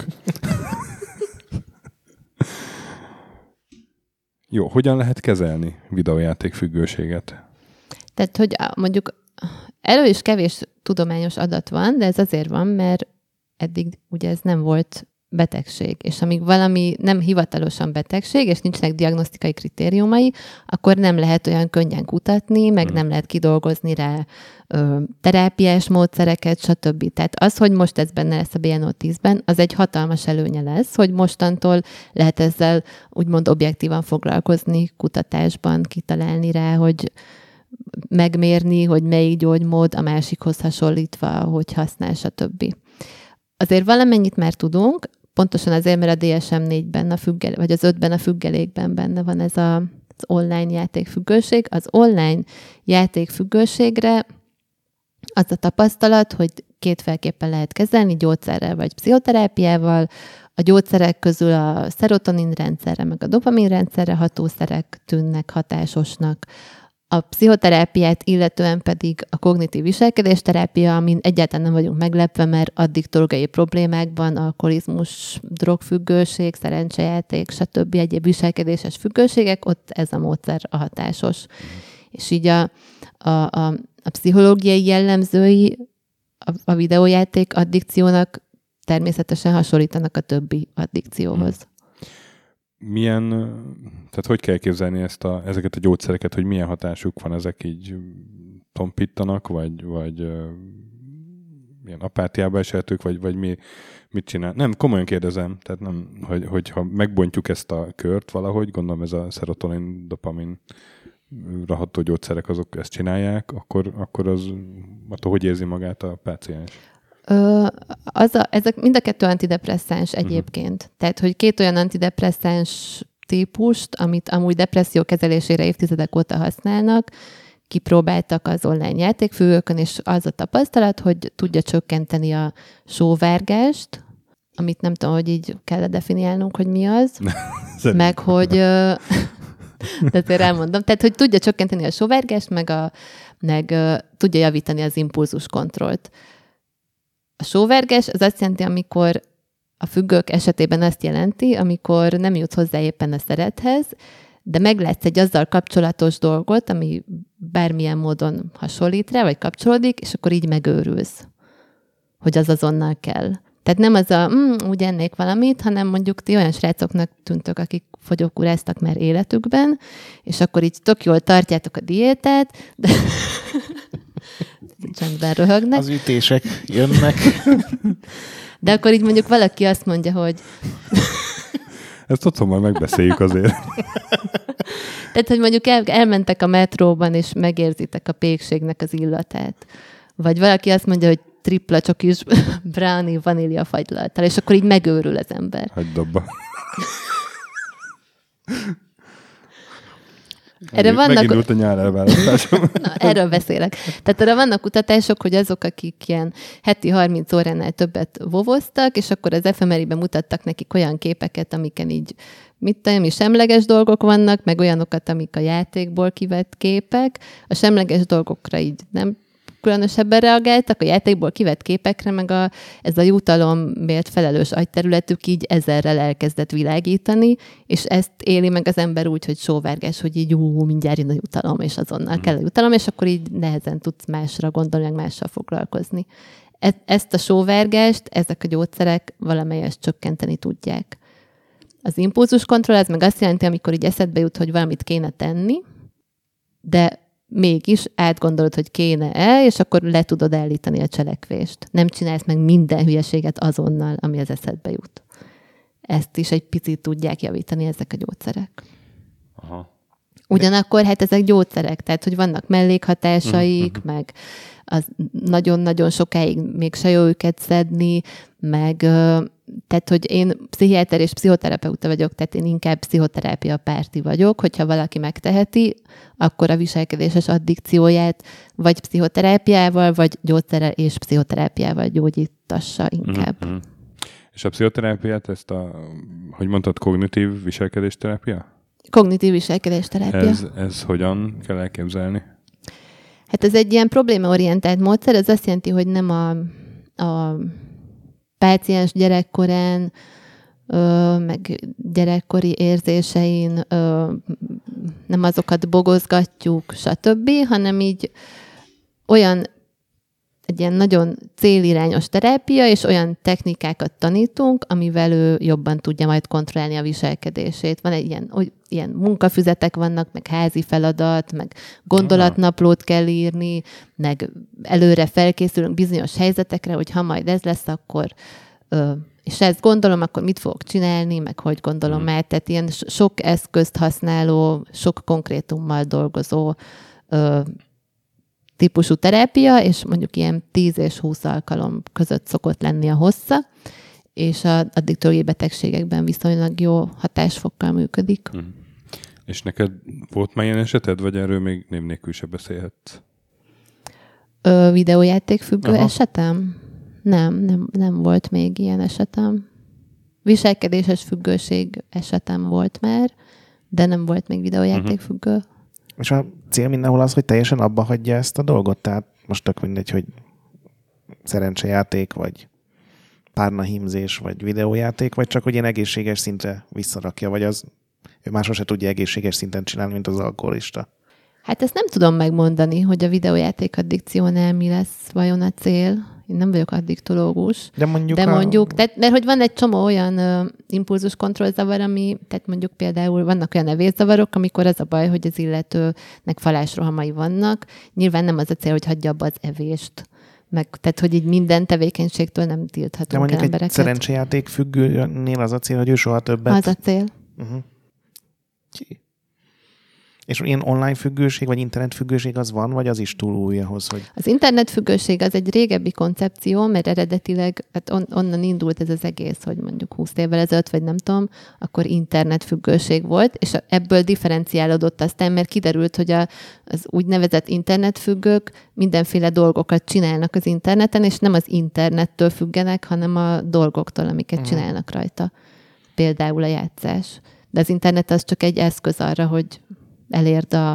Jó, hogyan lehet kezelni videójáték függőséget? Tehát, hogy mondjuk erről is kevés tudományos adat van, de ez azért van, mert eddig ugye ez nem volt betegség, és amíg valami nem hivatalosan betegség, és nincsenek diagnosztikai kritériumai, akkor nem lehet olyan könnyen kutatni, meg nem lehet kidolgozni rá terápiás módszereket, stb. Tehát az, hogy most ez benne lesz a BNO-10-ben, az egy hatalmas előnye lesz, hogy mostantól lehet ezzel úgymond objektívan foglalkozni, kutatásban kitalálni rá, hogy megmérni, hogy melyik gyógymód a másikhoz hasonlítva, hogy használ, stb. Azért valamennyit már tudunk, pontosan azért, mert a DSM-4-ben, vagy az 5-ben a függelékben benne van ez az online játékfüggőség. Az online játékfüggőségre az a tapasztalat, hogy kétféleképpen lehet kezelni, gyógyszerrel vagy pszichoterápiával. A gyógyszerek közül a szerotonin rendszerre, meg a dopamin rendszerre hatószerek tűnnek hatásosnak. A pszichoterápiát illetően pedig a kognitív viselkedésterápia, amin egyáltalán nem vagyunk meglepve, mert addiktorgai problémákban, alkoholizmus, drogfüggőség, szerencsejáték, stb. Egyéb viselkedéses függőségek, ott ez a módszer a hatásos. És így a pszichológiai jellemzői a videójáték addikciónak természetesen hasonlítanak a többi addikcióhoz. Tehát hogy kell képzelni ezeket a gyógyszereket, hogy milyen hatásuk van, ezek így tompítanak, vagy milyen apátiába esetők, vagy mit csinál? Nem, komolyan kérdezem, tehát nem, hogyha megbontjuk ezt a kört valahogy, gondolom ez a szerotonin, dopamin raható gyógyszerek azok ezt csinálják, akkor az attól hogy érzi magát a páciens? Ezek mind a kettő antidepresszáns egyébként. Tehát, hogy két olyan antidepresszáns típust, amit amúgy depresszió kezelésére évtizedek óta használnak, kipróbáltak az online játékfüggőkön, és az a tapasztalat, hogy tudja csökkenteni a sóvárgást, amit nem tudom, hogy így kell definiálnunk, hogy mi az, meg hogy... de azért elmondom. Tehát, hogy tudja csökkenteni a sóvárgást, meg tudja javítani az impulzuskontrollt. A sóvárgás az azt jelenti, amikor a függők esetében azt jelenti, amikor nem jutsz hozzá éppen a szerethez, de meglátsz egy azzal kapcsolatos dolgot, ami bármilyen módon hasonlít rá, vagy kapcsolódik, és akkor így megőrülsz, hogy az azonnal kell. Tehát nem az úgy ennék valamit, hanem mondjuk ti olyan srácoknak tűntök, akik fogyókúráztak már életükben, és akkor így tök jól tartjátok a diétát, de csendben röhögnek. Az ütések jönnek. De akkor így mondjuk valaki azt mondja, hogy... Ezt otthon majd megbeszéljük azért. Tehát, hogy mondjuk elmentek a metróban, és megérzitek a pékségnek az illatát. Vagy valaki azt mondja, hogy tripla csokis brownie vanília fagylalttal, és akkor így megőrül az ember. Hagyd dobba. Megindult a nyár elválasztásom. Na, erről beszélek. Tehát arra vannak kutatások, hogy azok, akik ilyen heti 30 óránál többet vovoztak, és akkor az efemeriben mutattak nekik olyan képeket, amiken így semleges dolgok vannak, meg olyanokat, amik a játékból kivett képek. A semleges dolgokra így nem különösebben reagáltak, a játékból kivett képekre, meg ez a jutalomért felelős agyterületük így 1000-rel elkezdett világítani, és ezt éli meg az ember úgy, hogy sóvárgás, hogy így mindjárt jön a jutalom, és azonnal kell a jutalom, és akkor így nehezen tudsz másra gondolni, meg mással foglalkozni. Ezt a sóvárgást ezek a gyógyszerek valamelyest csökkenteni tudják. Az impulzuskontroll az meg azt jelenti, amikor így eszedbe jut, hogy valamit kéne tenni, de mégis átgondolod, hogy kéne-e, és akkor le tudod állítani a cselekvést. Nem csinálsz meg minden hülyeséget azonnal, ami az eszedbe jut. Ezt is egy picit tudják javítani ezek a gyógyszerek. Aha. Ugyanakkor hát ezek gyógyszerek, tehát hogy vannak mellékhatásaik, meg az nagyon-nagyon sokáig még se jó őket szedni, meg tehát, hogy én pszichiáter és pszichoterapeuta vagyok, tehát én inkább pszichoterápia párti vagyok, hogyha valaki megteheti, akkor a viselkedéses addikcióját vagy pszichoterápiával, vagy gyógyszerrel és pszichoterápiával gyógyítassa inkább. Mm-hmm. És a pszichoterápiát, hogy mondtad, kognitív viselkedésterápia? Kognitív viselkedésterápia. Ez hogyan kell elképzelni? Hát ez egy ilyen problémaorientált módszer, ez azt jelenti, hogy nem a páciens gyerekkorán, meg gyerekkori érzésein nem azokat bogozgatjuk, stb., hanem így egy ilyen nagyon célirányos terápia, és olyan technikákat tanítunk, amivel ő jobban tudja majd kontrollálni a viselkedését. Van egy ilyen munkafüzetek vannak, meg házi feladat, meg gondolatnaplót kell írni, meg előre felkészülünk bizonyos helyzetekre, hogy ha majd ez lesz, akkor és ezt gondolom, akkor mit fogok csinálni, meg hogy gondolom át. Tehát ilyen sok eszközt használó, sok konkrétummal dolgozó típusú terápia, és mondjuk ilyen 10 és 20 alkalom között szokott lenni a hossza, és a addiktóriai betegségekben viszonylag jó hatásfokkal működik. És neked volt már ilyen eseted, vagy erről még név nélkül se beszélhetsz? Videójátékfüggő esetem? Nem volt még ilyen esetem. Viselkedéses függőség esetem volt már, de nem volt még videójátékfüggő. És a cél mindenhol az, hogy teljesen abba hagyja ezt a dolgot? Tehát most tök mindegy, hogy szerencsejáték, vagy párnahímzés, vagy videójáték, vagy csak hogy ilyen egészséges szintre visszarakja, vagy az ő máshoz se tudja egészséges szinten csinálni, mint az alkoholista. Hát ezt nem tudom megmondani, hogy a videójáték addikciónál mi lesz vajon a cél. Én nem vagyok addiktológus. De mondjuk tehát, mert hogy van egy csomó olyan impulzuskontrollzavar, ami, tehát mondjuk például vannak olyan evészavarok, amikor az a baj, hogy az illetőnek falásrohamai vannak. Nyilván nem az a cél, hogy hagyja abba az evést. Tehát, hogy így minden tevékenységtől nem tilthatunk el embereket. De mondjuk egy szerencsejáték függőnél az a cél, hogy ő soha többet... Az a cél. És ilyen online függőség, vagy internet függőség az van, vagy az is túl új ahhoz, hogy... Az internet függőség az egy régebbi koncepció, mert eredetileg hát onnan indult ez az egész, hogy mondjuk 20 évvel ezelőtt, vagy nem tudom, akkor internet függőség volt, és ebből differenciálódott aztán, mert kiderült, hogy az úgynevezett internetfüggők mindenféle dolgokat csinálnak az interneten, és nem az internettől függenek, hanem a dolgoktól, amiket csinálnak rajta. Például a játszás. De az internet az csak egy eszköz arra, hogy elérd a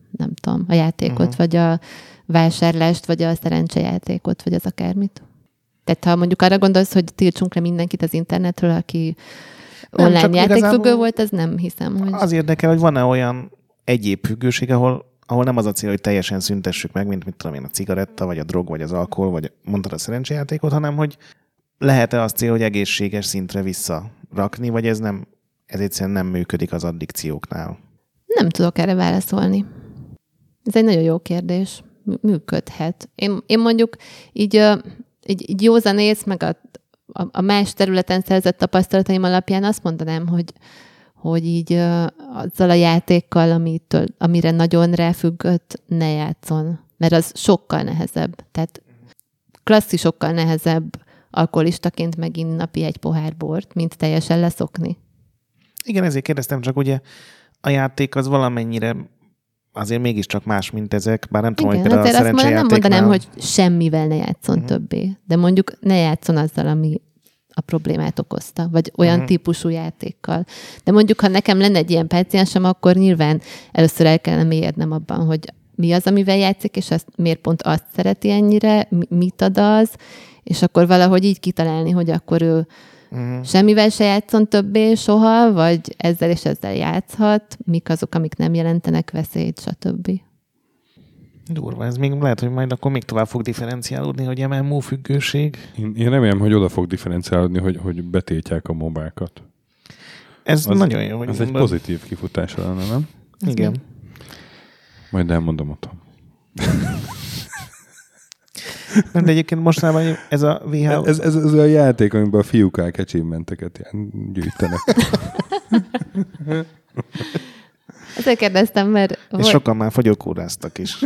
játékot, vagy a vásárlást, vagy a szerencsejátékot, vagy az akármit. Tehát ha mondjuk arra gondolsz, hogy tiltsunk le mindenkit az internetről, aki online játékfüggő volt, az nem hiszem, hogy... Az érdekel, hogy van-e olyan egyéb függőség, ahol nem az a cél, hogy teljesen szüntessük meg, mint mit tudom én, a cigaretta, vagy a drog, vagy az alkohol, vagy mondtad a szerencsejátékot, hanem hogy lehet-e az cél, hogy egészséges szintre visszarakni, vagy ez egyszerűen nem működik az addikcióknál? Nem tudok erre válaszolni. Ez egy nagyon jó kérdés. Működhet. Én mondjuk így józanész, meg a más területen szerzett tapasztalataim alapján azt mondanám, hogy így azzal a játékkal, amire nagyon ráfüggött, ne játszon. Mert az sokkal nehezebb. Tehát sokkal nehezebb alkoholistaként meginni napi egy pohár bort, mint teljesen leszokni. Igen, ezért kérdeztem, csak ugye a játék az valamennyire azért mégiscsak más, mint ezek, bár nem tudom, hogy például a szerencsejátéknál... Nem mondanám, hogy semmivel ne játszon többé, de mondjuk ne játszon azzal, ami a problémát okozta, vagy olyan típusú játékkal. De mondjuk, ha nekem lenne egy ilyen páciensem, akkor nyilván először el kellene mélyednem abban, hogy mi az, amivel játszik, és miért pont azt szereti ennyire, mit ad az, és akkor valahogy így kitalálni, hogy akkor ő semmivel se játszon többé soha, vagy ezzel és ezzel játszhat, mik azok, amik nem jelentenek veszélyt, stb. Durva, ez még lehet, hogy majd akkor még tovább fog differenciálódni, hogy MMO függőség. Én remélem, hogy oda fog differenciálódni, hogy betiltják a mobákat. Ez nagyon jó. Ez egy pozitív kifutása lenne, nem? Igen. Majd elmondom otthon. Nem, de egyébként mostanában ez a WHO... Ez a játék, amiben a fiúk achievementeket gyűjtenek. Ezért kérdeztem, mert... És sokan már fogyókúráztak is.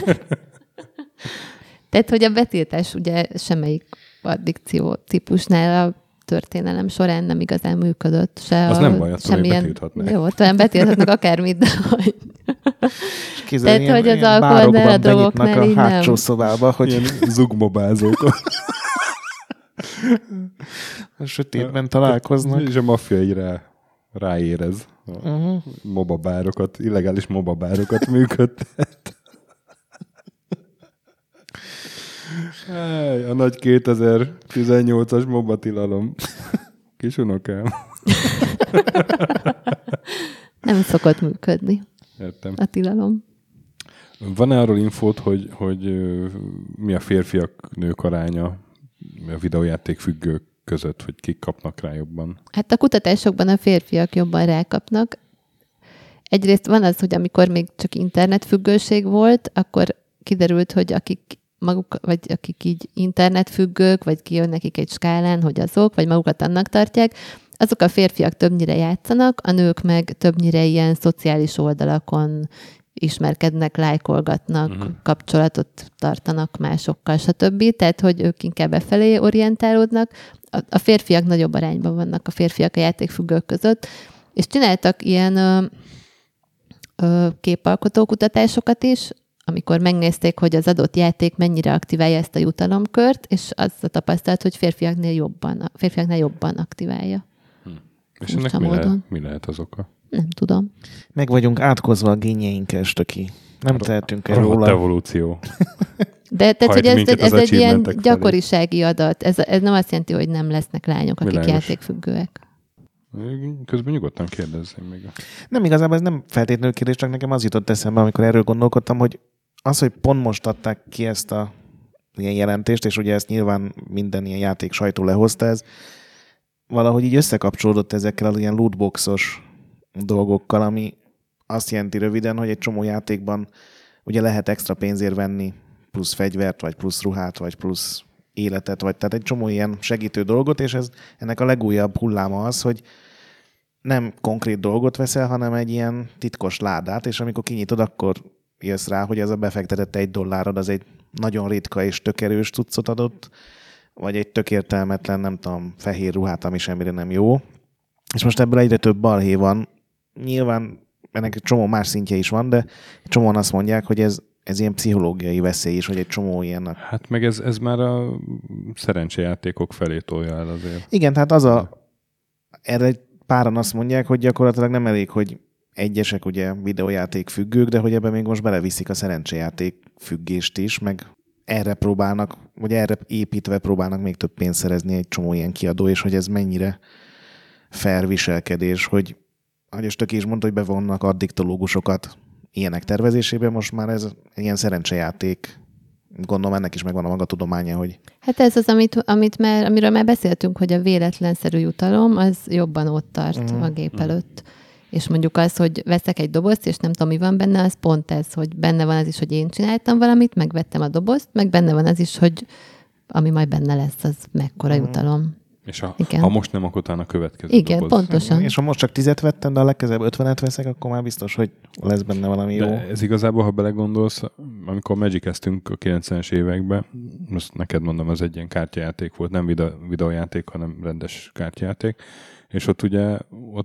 Tehát, hogy a betiltás ugye semmelyik addikció típusnál a történelem során nem igazán működött. Az nem baj, attól még betilthatnák. Jó, talán betilthatnak akármit, de hogy... Tehát, hogy az alkoholnál, a drogoknál így nem. A hátsó szobába, hogy... Ilyen zugmobázók. A sötétben találkoznak. És a maffia így ráérez. Mobabárokat, illegális mobabárokat működtet. A nagy 2018-as mobatilalom. Kis unokám. Nem szokott működni. Értem. A tilalom. Van-e arról infót, hogy mi a férfiak-nők aránya a videójáték függők között, hogy kik kapnak rá jobban? Hát a kutatásokban a férfiak jobban rákapnak. Egyrészt van az, hogy amikor még csak internetfüggőség volt, akkor kiderült, hogy akik maguk, vagy akik így internetfüggők, vagy kijön nekik egy skálán, hogy azok, vagy magukat annak tartják, azok a férfiak többnyire játszanak, a nők meg többnyire ilyen szociális oldalakon ismerkednek, lájkolgatnak, kapcsolatot tartanak másokkal, stb. Tehát, hogy ők inkább befelé orientálódnak. A férfiak nagyobb arányban vannak, a férfiak a játékfüggők között, és csináltak ilyen képalkotó kutatásokat is, amikor megnézték, hogy az adott játék mennyire aktiválja ezt a jutalomkört, és az a tapasztalat, hogy férfiaknál jobban aktiválja. És ennek mi lehet az oka? Nem tudom. Meg vagyunk átkozva a génjeinkkel, Stöki. Nem tehetünk el róla. Evolúció. De tehát, hogy ez egy ilyen felé. gyakorisági adat. Ez nem azt jelenti, hogy nem lesznek lányok, akik Világos. játékfüggőek. Közben nyugodtan kérdezzem még. Nem, igazából ez nem feltétlenül kérdés, csak nekem az jutott eszembe, amikor erről gondolkodtam, hogy az, hogy pont most adták ki ezt a ilyen jelentést, és ugye ezt nyilván minden ilyen játék sajtó lehozta, ez valahogy így összekapcsolódott ezekkel az ilyen lootboxos dolgokkal, ami azt jelenti röviden, hogy egy csomó játékban ugye lehet extra pénzért venni plusz fegyvert, vagy plusz ruhát, vagy plusz életet, vagy tehát egy csomó ilyen segítő dolgot, és ennek a legújabb hulláma az, hogy nem konkrét dolgot veszel, hanem egy ilyen titkos ládát, és amikor kinyitod, akkor jössz rá, hogy ez a befektetett $1 az egy nagyon ritka és tök erős cuccot adott, vagy egy tök értelmetlen, nem tudom, fehér ruhát, ami semmire nem jó. És most ebből egyre több balhé van. Nyilván ennek egy csomó más szintje is van, de csomóan azt mondják, hogy ez ilyen pszichológiai veszély is, hogy egy csomó ilyen... Hát meg ez már a szerencsejátékok felé tolja el azért. Igen, tehát erre páran azt mondják, hogy gyakorlatilag nem elég, hogy egyesek ugye videójáték függők, de hogy ebben még most beleviszik a szerencsejáték függést is, meg erre próbálnak, vagy erre építve próbálnak még több pénzt szerezni egy csomó ilyen kiadó, és hogy ez mennyire fair viselkedés, hogy ahogy Stöki is mondta, hogy bevonnak addiktológusokat ilyenek tervezésébe, most már ez ilyen szerencsejáték. Gondolom ennek is megvan a maga tudománya, hogy... Hát ez az, amiről már beszéltünk, hogy a véletlenszerű jutalom, az jobban ott tart a gép előtt. És mondjuk az, hogy veszek egy dobozt, és nem tudom, mi van benne, az pont ez, hogy benne van az is, hogy én csináltam valamit, megvettem a dobozt, meg benne van az is, hogy ami majd benne lesz, az mekkora jutalom. És ha most nem, akkor utána a következő igen, doboz. Pontosan. És ha most csak 10 vettem, de a legközelebb 50 veszek, akkor már biztos, hogy lesz benne valami jó. De ez igazából, ha belegondolsz, amikor Magic-eztünk a 90-es években, most neked mondom, az egy ilyen kártyajáték volt, nem videójáték, hanem rendes kártyajáték, és ott ugye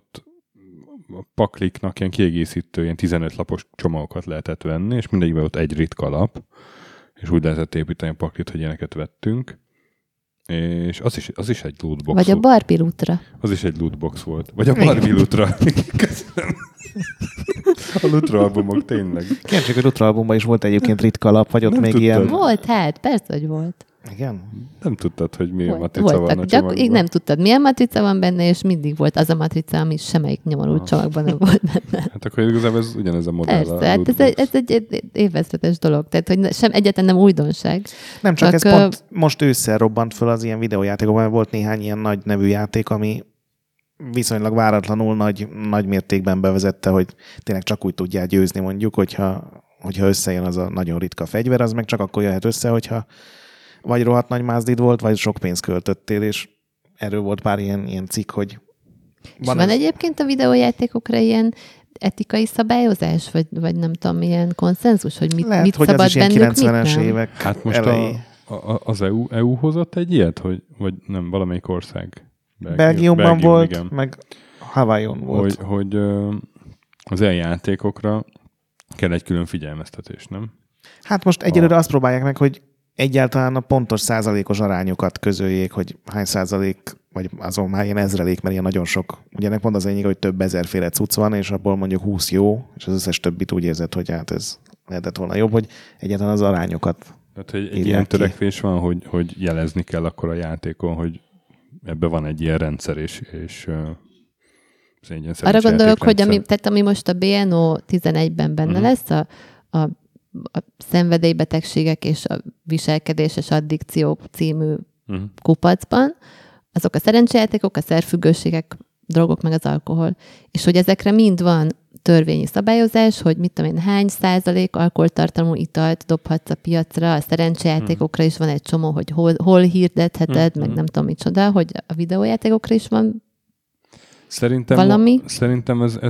a pakliknak ilyen kiegészítő, ilyen 15 lapos csomagokat lehetett venni, és mindegyikben ott egy ritka lap, és úgy lehetett építeni a paklit, hogy ilyeneket vettünk. És az is egy lootbox. Vagy a Barbie lootra. Az is egy lootbox volt. Vagy a Barbie lootra. Köszönöm. A lootra albumok tényleg. Kérdezik, hogy lootra albumban is volt egyébként ritka lap, vagy ott nem még tudtad. Ilyen... Volt, hát, persze, hogy volt. Igen? Nem tudtad, hogy milyen matrica van a csomagban. Nem tudtad, milyen matrica van benne, és mindig volt az a matrica, ami semmelyik nyomorult csomagban nem volt benne. Hát akkor igazából ez ugyanez a modell. Persze, hát ez egy évvezetes dolog, tehát hogy egyáltalán nem újdonság. Nem csak ez pont most ősszel robbant föl az ilyen videójátékokban, mert volt néhány ilyen nagy nevű játék, ami viszonylag váratlanul nagy mértékben bevezette, hogy tényleg csak úgy tudják győzni mondjuk, hogyha összejön az a nagyon ritka fegyver, az meg csak akkor jöhet össze, hogyha vagy rohadt nagy mázdid volt, vagy sok pénzt költöttél, és erről volt pár ilyen cikk, hogy... Van egyébként a videójátékokra ilyen etikai szabályozás, vagy nem tudom, ilyen konszenzus, hogy mit lehet, hogy szabad az is bennük, ilyen 90-es évek hát most az EU hozott egy ilyet, vagy nem, valamelyik ország? Belgiumban volt, igen. meg Hawaiion volt. Hogy az ilyen játékokra kell egy külön figyelmeztetés, nem? Hát most egyelőre azt próbálják meg, hogy egyáltalán a pontos százalékos arányokat közöljék, hogy hány százalék, vagy azon már ilyen ezrelék, mert ilyen nagyon sok. Ugye ennek pont az lényeg, hogy több ezerféle cucc van, és abból mondjuk 20 jó, és az összes többit úgy érzed, hogy hát ez lehetett volna jobb, hogy egyáltalán az arányokat. Tehát, hogy egy ilyen törekvés van, hogy jelezni kell akkor a játékon, hogy ebben van egy ilyen rendszer, és arra gondolok, hogy ami most a BNO 11-ben benne lesz, a szenvedélybetegségek és a viselkedéses addikciók című kupacban, azok a szerencsejátékok, a szerfüggőségek, drogok, meg az alkohol. És hogy ezekre mind van törvényi szabályozás, hogy mit tudom én, hány százalék alkoholtartalmú italt dobhatsz a piacra, a szerencsejátékokra is van egy csomó, hogy hol hirdetheted, meg nem tudom micsoda, hogy a videójátékokra is van valami. Szerintem ez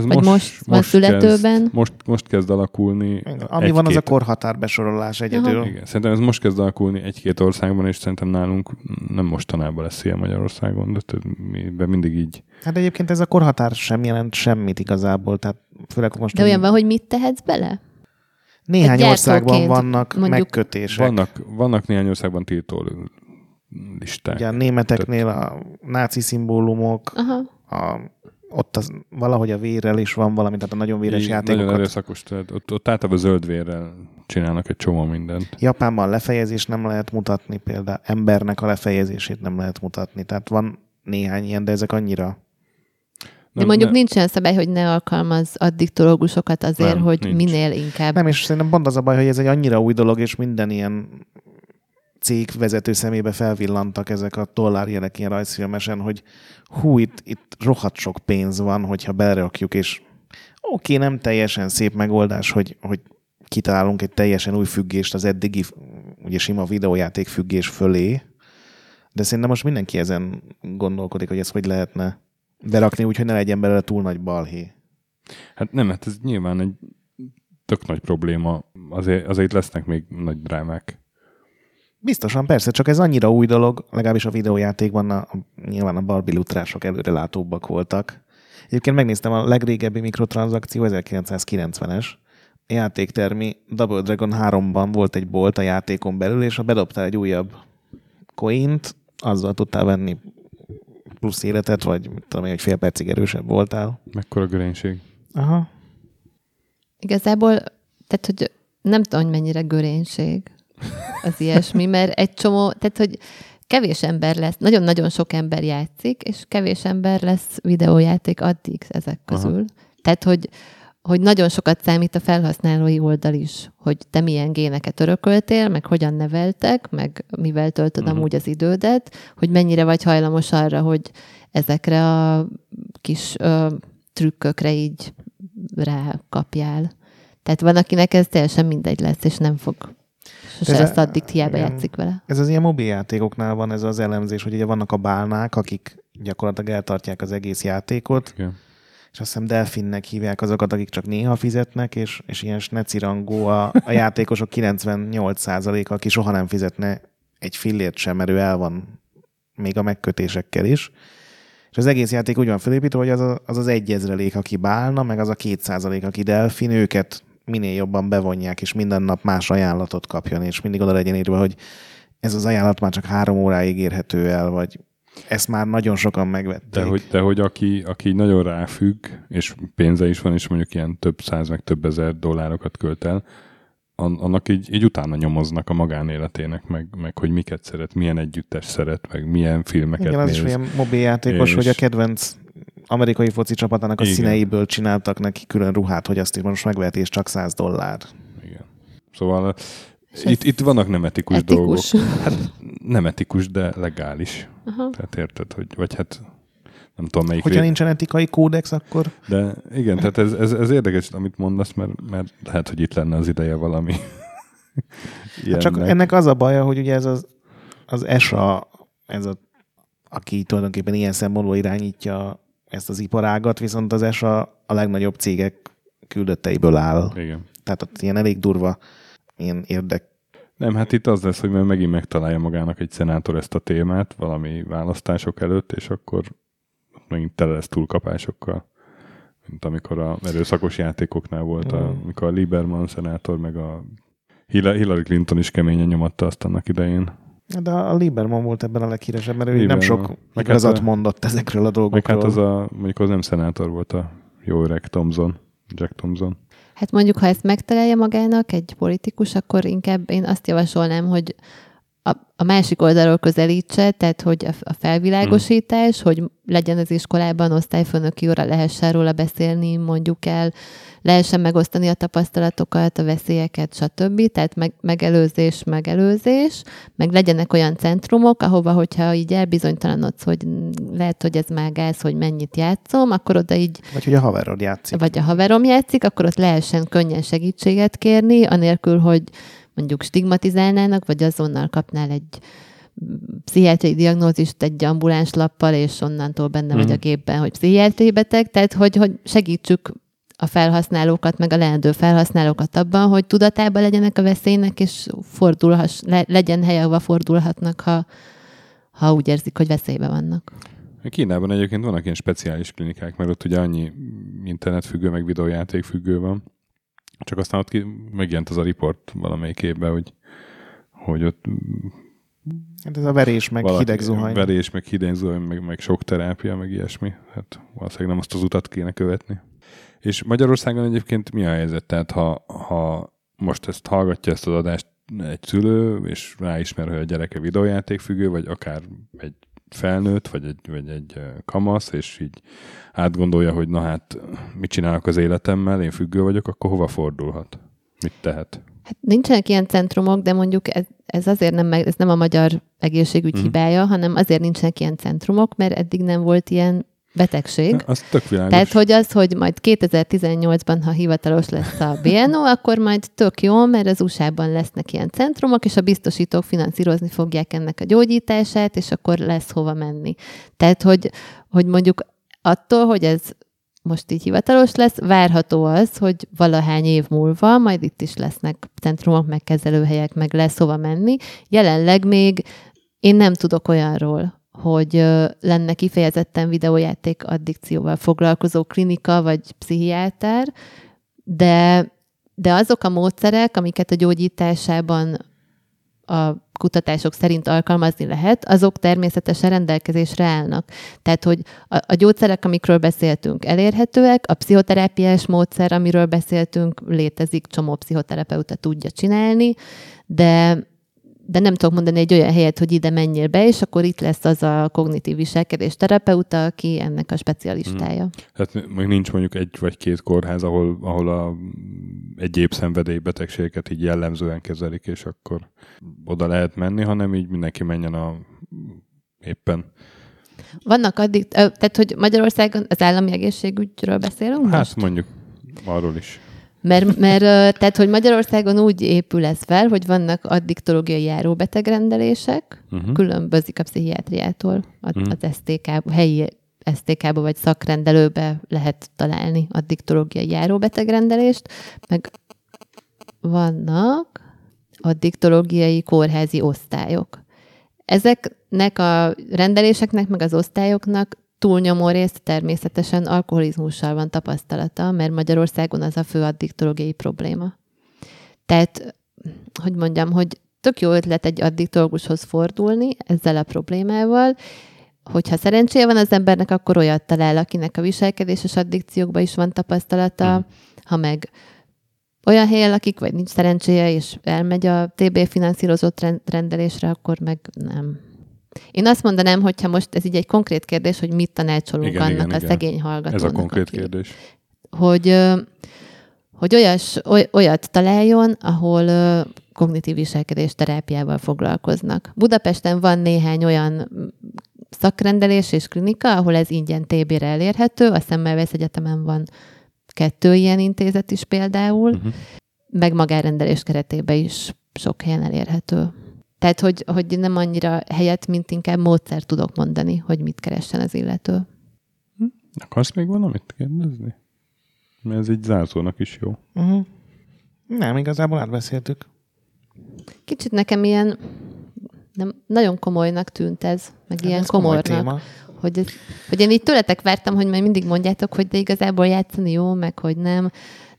most kezd alakulni. Ami van, az a korhatár besorolás egyedül. Igen, szerintem ez most kezd alakulni egy-két országban, és szerintem nálunk nem mostanában lesz ilyen Magyarországon, de mindig így. Hát egyébként ez a korhatár sem jelent semmit igazából. Tehát főleg most de olyan van, hogy mit tehetsz bele? Néhány országban vannak mondjuk, megkötések. Vannak néhány országban tiltó listák. Ugye a németeknél a náci szimbólumok, ott valahogy a vérrel is van valami, tehát a nagyon véres játékokat. Nagyon erőszakos, tehát ott általában zöld vérrel csinálnak egy csomó mindent. Japánban lefejezést nem lehet mutatni, például embernek a lefejezését nem lehet mutatni. Tehát van néhány ilyen, de ezek annyira... De mondjuk nincs olyan szabály, hogy ne alkalmaz addiktológusokat azért, nem, hogy nincs. minél inkább... Nem, és szerintem pont az a baj, hogy ez egy annyira új dolog, és minden ilyen cégvezető szemébe felvillantak ezek a dollárjelek ilyen rajzfilmesen, hogy itt rohadt sok pénz van, hogyha belerakjuk, és oké, nem teljesen szép megoldás, hogy kitalálunk egy teljesen új függést az eddigi ugye sima videójáték függés fölé, de szerintem most mindenki ezen gondolkodik, hogy ezt hogy lehetne berakni, úgyhogy ne legyen belőle túl nagy balhé. Hát nem, hát ez nyilván egy tök nagy probléma. Azért lesznek még nagy drámák. Biztosan, persze, csak ez annyira új dolog, legalábbis a videójátékban nyilván a barbilutrások előrelátóbbak voltak. Egyébként megnéztem, a legrégebbi mikrotranszakció 1990-es. A játéktermi Double Dragon 3-ban volt egy bolt a játékon belül, és ha bedobtál egy újabb coint, azzal tudtál venni plusz életet, vagy tudom én, hogy fél percig erősebb voltál. Mekkora görénység. Aha. Igazából, tehát, hogy nem tudom, hogy mennyire görénység az ilyesmi, mert egy csomó, tehát, hogy kevés ember lesz, nagyon-nagyon sok ember játszik, és kevés ember lesz videójáték addig ezek közül. Aha. Tehát, hogy nagyon sokat számít a felhasználói oldal is, hogy te milyen géneket örököltél, meg hogyan neveltek, meg mivel töltöd amúgy az idődet, hogy mennyire vagy hajlamos arra, hogy ezekre a kis trükkökre így rákapjál. Tehát van, akinek ez teljesen mindegy lesz, és nem fog sose ezt addig hiába játszik vele. Ez az ilyen mobiljátékoknál van ez az elemzés, hogy ugye vannak a bálnák, akik gyakorlatilag eltartják az egész játékot, igen. És azt hiszem delfinnek hívják azokat, akik csak néha fizetnek, és ilyen snecirangó a játékosok 98%-a, aki soha nem fizetne egy fillért sem, mert ő el van még a megkötésekkel is. És az egész játék úgy van felépítve, hogy az 1/1000, aki bálna, meg az a 2%, aki delfin, őket minél jobban bevonják, és minden nap más ajánlatot kapjon, és mindig oda legyen írva, hogy ez az ajánlat már csak 3 óráig érhető el, vagy ezt már nagyon sokan megvették. De hogy aki nagyon ráfügg, és pénze is van, és mondjuk ilyen több száz, meg több ezer dollárokat költ el, annak így utána nyomoznak a magánéletének, meg hogy miket szeret, milyen együttes szeret, meg milyen filmeket néz. Igen, az is olyan mobiljátékos, hogy a kedvenc amerikai foci csapatának a színeiből csináltak neki külön ruhát, hogy azt is most megveheti, és csak $100. Igen. Szóval itt vannak nem etikus dolgok. Hát nem etikus, de legális. Aha. Tehát érted, hogy vagy hát nem tudom melyik... Hogyha nincsen etikai kódex, akkor... De igen, tehát ez érdekes, amit mondasz, mert lehet, hogy itt lenne az ideje valami hát csak ennek az a baja, hogy ugye ez az ESA, aki tulajdonképpen ilyen szempontból irányítja ezt az iparágat, viszont az ESA a legnagyobb cégek küldötteiből áll. Igen. Tehát ott ilyen elég durva ilyen érdek. Nem, hát itt az lesz, hogy megint megtalálja magának egy szenátor ezt a témát valami választások előtt, és akkor megint tele lesz túlkapásokkal. Mint amikor a erőszakos játékoknál volt, amikor a Lieberman szenátor, meg a Hillary Clinton is keményen nyomatta azt annak idején. De a Lieberman volt ebben a leghíresebb, mert ő nem sok igazat mondott ezekről a dolgokról. Meg hát mondjuk az nem szenátor volt a jó öreg Jack Thompson. Hát mondjuk, ha ezt megtalálja magának egy politikus, akkor inkább én azt javasolnám, hogy a másik oldalról közelítse, tehát hogy a felvilágosítás, hogy legyen az iskolában osztályfőnöki óra, lehessen róla beszélni, mondjuk el, lehessen megosztani a tapasztalatokat, a veszélyeket, stb. Tehát megelőzés, meg legyenek olyan centrumok, ahova, hogyha így elbizonytalanodsz, hogy lehet, hogy ez már gáz, hogy mennyit játszom, akkor oda így... Vagy hogy a haverod játszik. Vagy a haverom játszik, akkor ott lehessen könnyen segítséget kérni, anélkül, hogy mondjuk stigmatizálnának, vagy azonnal kapnál egy pszichiátriai diagnózist egy ambuláns lappal, és onnantól benne vagy a gépben, hogy pszichiátriai beteg, tehát hogy segítsük a felhasználókat, meg a leendő felhasználókat abban, hogy tudatában legyenek a veszélynek, és legyen hely, ahova fordulhatnak, ha úgy érzik, hogy veszélyben vannak. Kínában egyébként vannak ilyen speciális klinikák, mert ott ugye annyi internetfüggő, meg videójátékfüggő van, Csak aztán ott megjelent az a riport valamelyik évben, hogy ott Hát ez a verés, meg hideg zuhany. Verés, meg hideg zuhany, meg sok terápia, meg ilyesmi. Hát valószínűleg nem azt az utat kéne követni. És Magyarországon egyébként mi a helyzet? Tehát ha most ezt hallgatja ezt az adást egy szülő, és ráismer, hogy a gyereke videójátékfüggő, vagy akár egy felnőtt, vagy egy kamasz, és így átgondolja, hogy na hát, mit csinálok az életemmel, én függő vagyok, akkor hova fordulhat? Mit tehet? Hát nincsenek ilyen centrumok, de mondjuk ez azért ez nem a magyar egészségügy hibája, hanem azért nincsenek ilyen centrumok, mert eddig nem volt ilyen betegség. Az tök világos. Tehát, hogy majd 2018-ban, ha hivatalos lesz a BNO, akkor majd tök jó, mert az USA-ban lesznek ilyen centrumok, és a biztosítók finanszírozni fogják ennek a gyógyítását, és akkor lesz hova menni. Tehát, hogy mondjuk attól, hogy ez most így hivatalos lesz, várható az, hogy valahány év múlva majd itt is lesznek centrumok, meg kezelőhelyek, meg lesz hova menni. Jelenleg még én nem tudok olyanról, hogy lenne kifejezetten videójáték addikcióval foglalkozó klinika vagy pszichiáter, de azok a módszerek, amiket a gyógyításában a kutatások szerint alkalmazni lehet, azok természetesen rendelkezésre állnak. Tehát, hogy a gyógyszerek, amikről beszéltünk, elérhetőek, a pszichoterápiás módszer, amiről beszéltünk, létezik, csomó pszichoterapeuta tudja csinálni, de nem tudok mondani egy olyan helyet, hogy ide menjél be, és akkor itt lesz az a kognitív viselkedés terapeuta, aki ennek a specialistája. Hát még nincs mondjuk egy vagy két kórház, ahol a egyéb szenvedélybetegségeket így jellemzően kezelik, és akkor oda lehet menni, hanem így mindenki menjen éppen. Vannak tehát, hogy Magyarországon az állami egészségügyről beszélünk most? Hát mondjuk arról is. Mert tehát, hogy Magyarországon úgy épül ez fel, hogy vannak addiktológiai járóbetegrendelések, különbözik a pszichiátriától, az STK, helyi STK-ba vagy szakrendelőbe lehet találni addiktológiai járóbetegrendelést, meg vannak addiktológiai kórházi osztályok. Ezeknek a rendeléseknek, meg az osztályoknak túlnyomó részt természetesen alkoholizmussal van tapasztalata, mert Magyarországon az a fő addiktológiai probléma. Tehát, hogy mondjam, hogy tök jó ötlet egy addiktológushoz fordulni ezzel a problémával, hogyha szerencséje van az embernek, akkor olyat talál, akinek a viselkedéses addikciókban is van tapasztalata, ha meg olyan helyen lakik, vagy nincs szerencséje, és elmegy a TB finanszírozott rendelésre, akkor meg nem. Én azt mondanám, hogyha most ez így egy konkrét kérdés, hogy mit tanácsolunk annak a szegény hallgatónak. Ez a konkrét kérdés. Hogy olyat találjon, ahol kognitív viselkedés terápiával foglalkoznak. Budapesten van néhány olyan szakrendelés és klinika, ahol ez ingyen TB-re elérhető, a Semmelweis Egyetemen van 2 ilyen intézet is például, meg magánrendelés keretében is sok helyen elérhető. Tehát, hogy nem annyira helyet, mint inkább módszer tudok mondani, hogy mit keressen az illető. Akarsz még valamit kérdezni? Mert ez így zárszónak is jó. Nem, igazából átbeszéltük. Kicsit nekem ilyen nem, nagyon komolynak tűnt ez, meg ilyen komornak. Hogy én így tőletek vártam, hogy majd mindig mondjátok, hogy de igazából játszani jó, meg hogy nem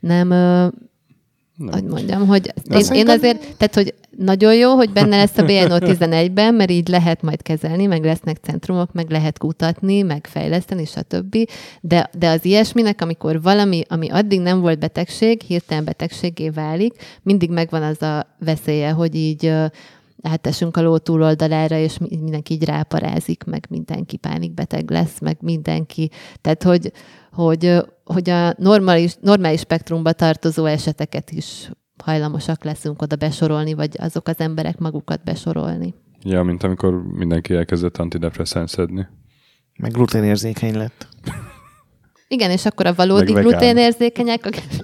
hogy mondjam, hogy én azért, tehát, hogy nagyon jó, hogy benne lesz a BNO 11-ben, mert így lehet majd kezelni, meg lesznek centrumok, meg lehet kutatni, meg fejleszteni, stb. De az ilyesminek, amikor valami, ami addig nem volt betegség, hirtelen betegségé válik, mindig megvan az a veszélye, hogy így átesünk a ló túloldalára, és mindenki így ráparázik, meg mindenki pánikbeteg lesz, meg mindenki. Tehát, hogy a normális spektrumba tartozó eseteket is hajlamosak leszünk oda besorolni, vagy azok az emberek magukat besorolni. Ja, mint amikor mindenki elkezdett antidepresszán szedni. Meg gluténérzékeny lett. Igen, és akkor a valódi gluténérzékenyek...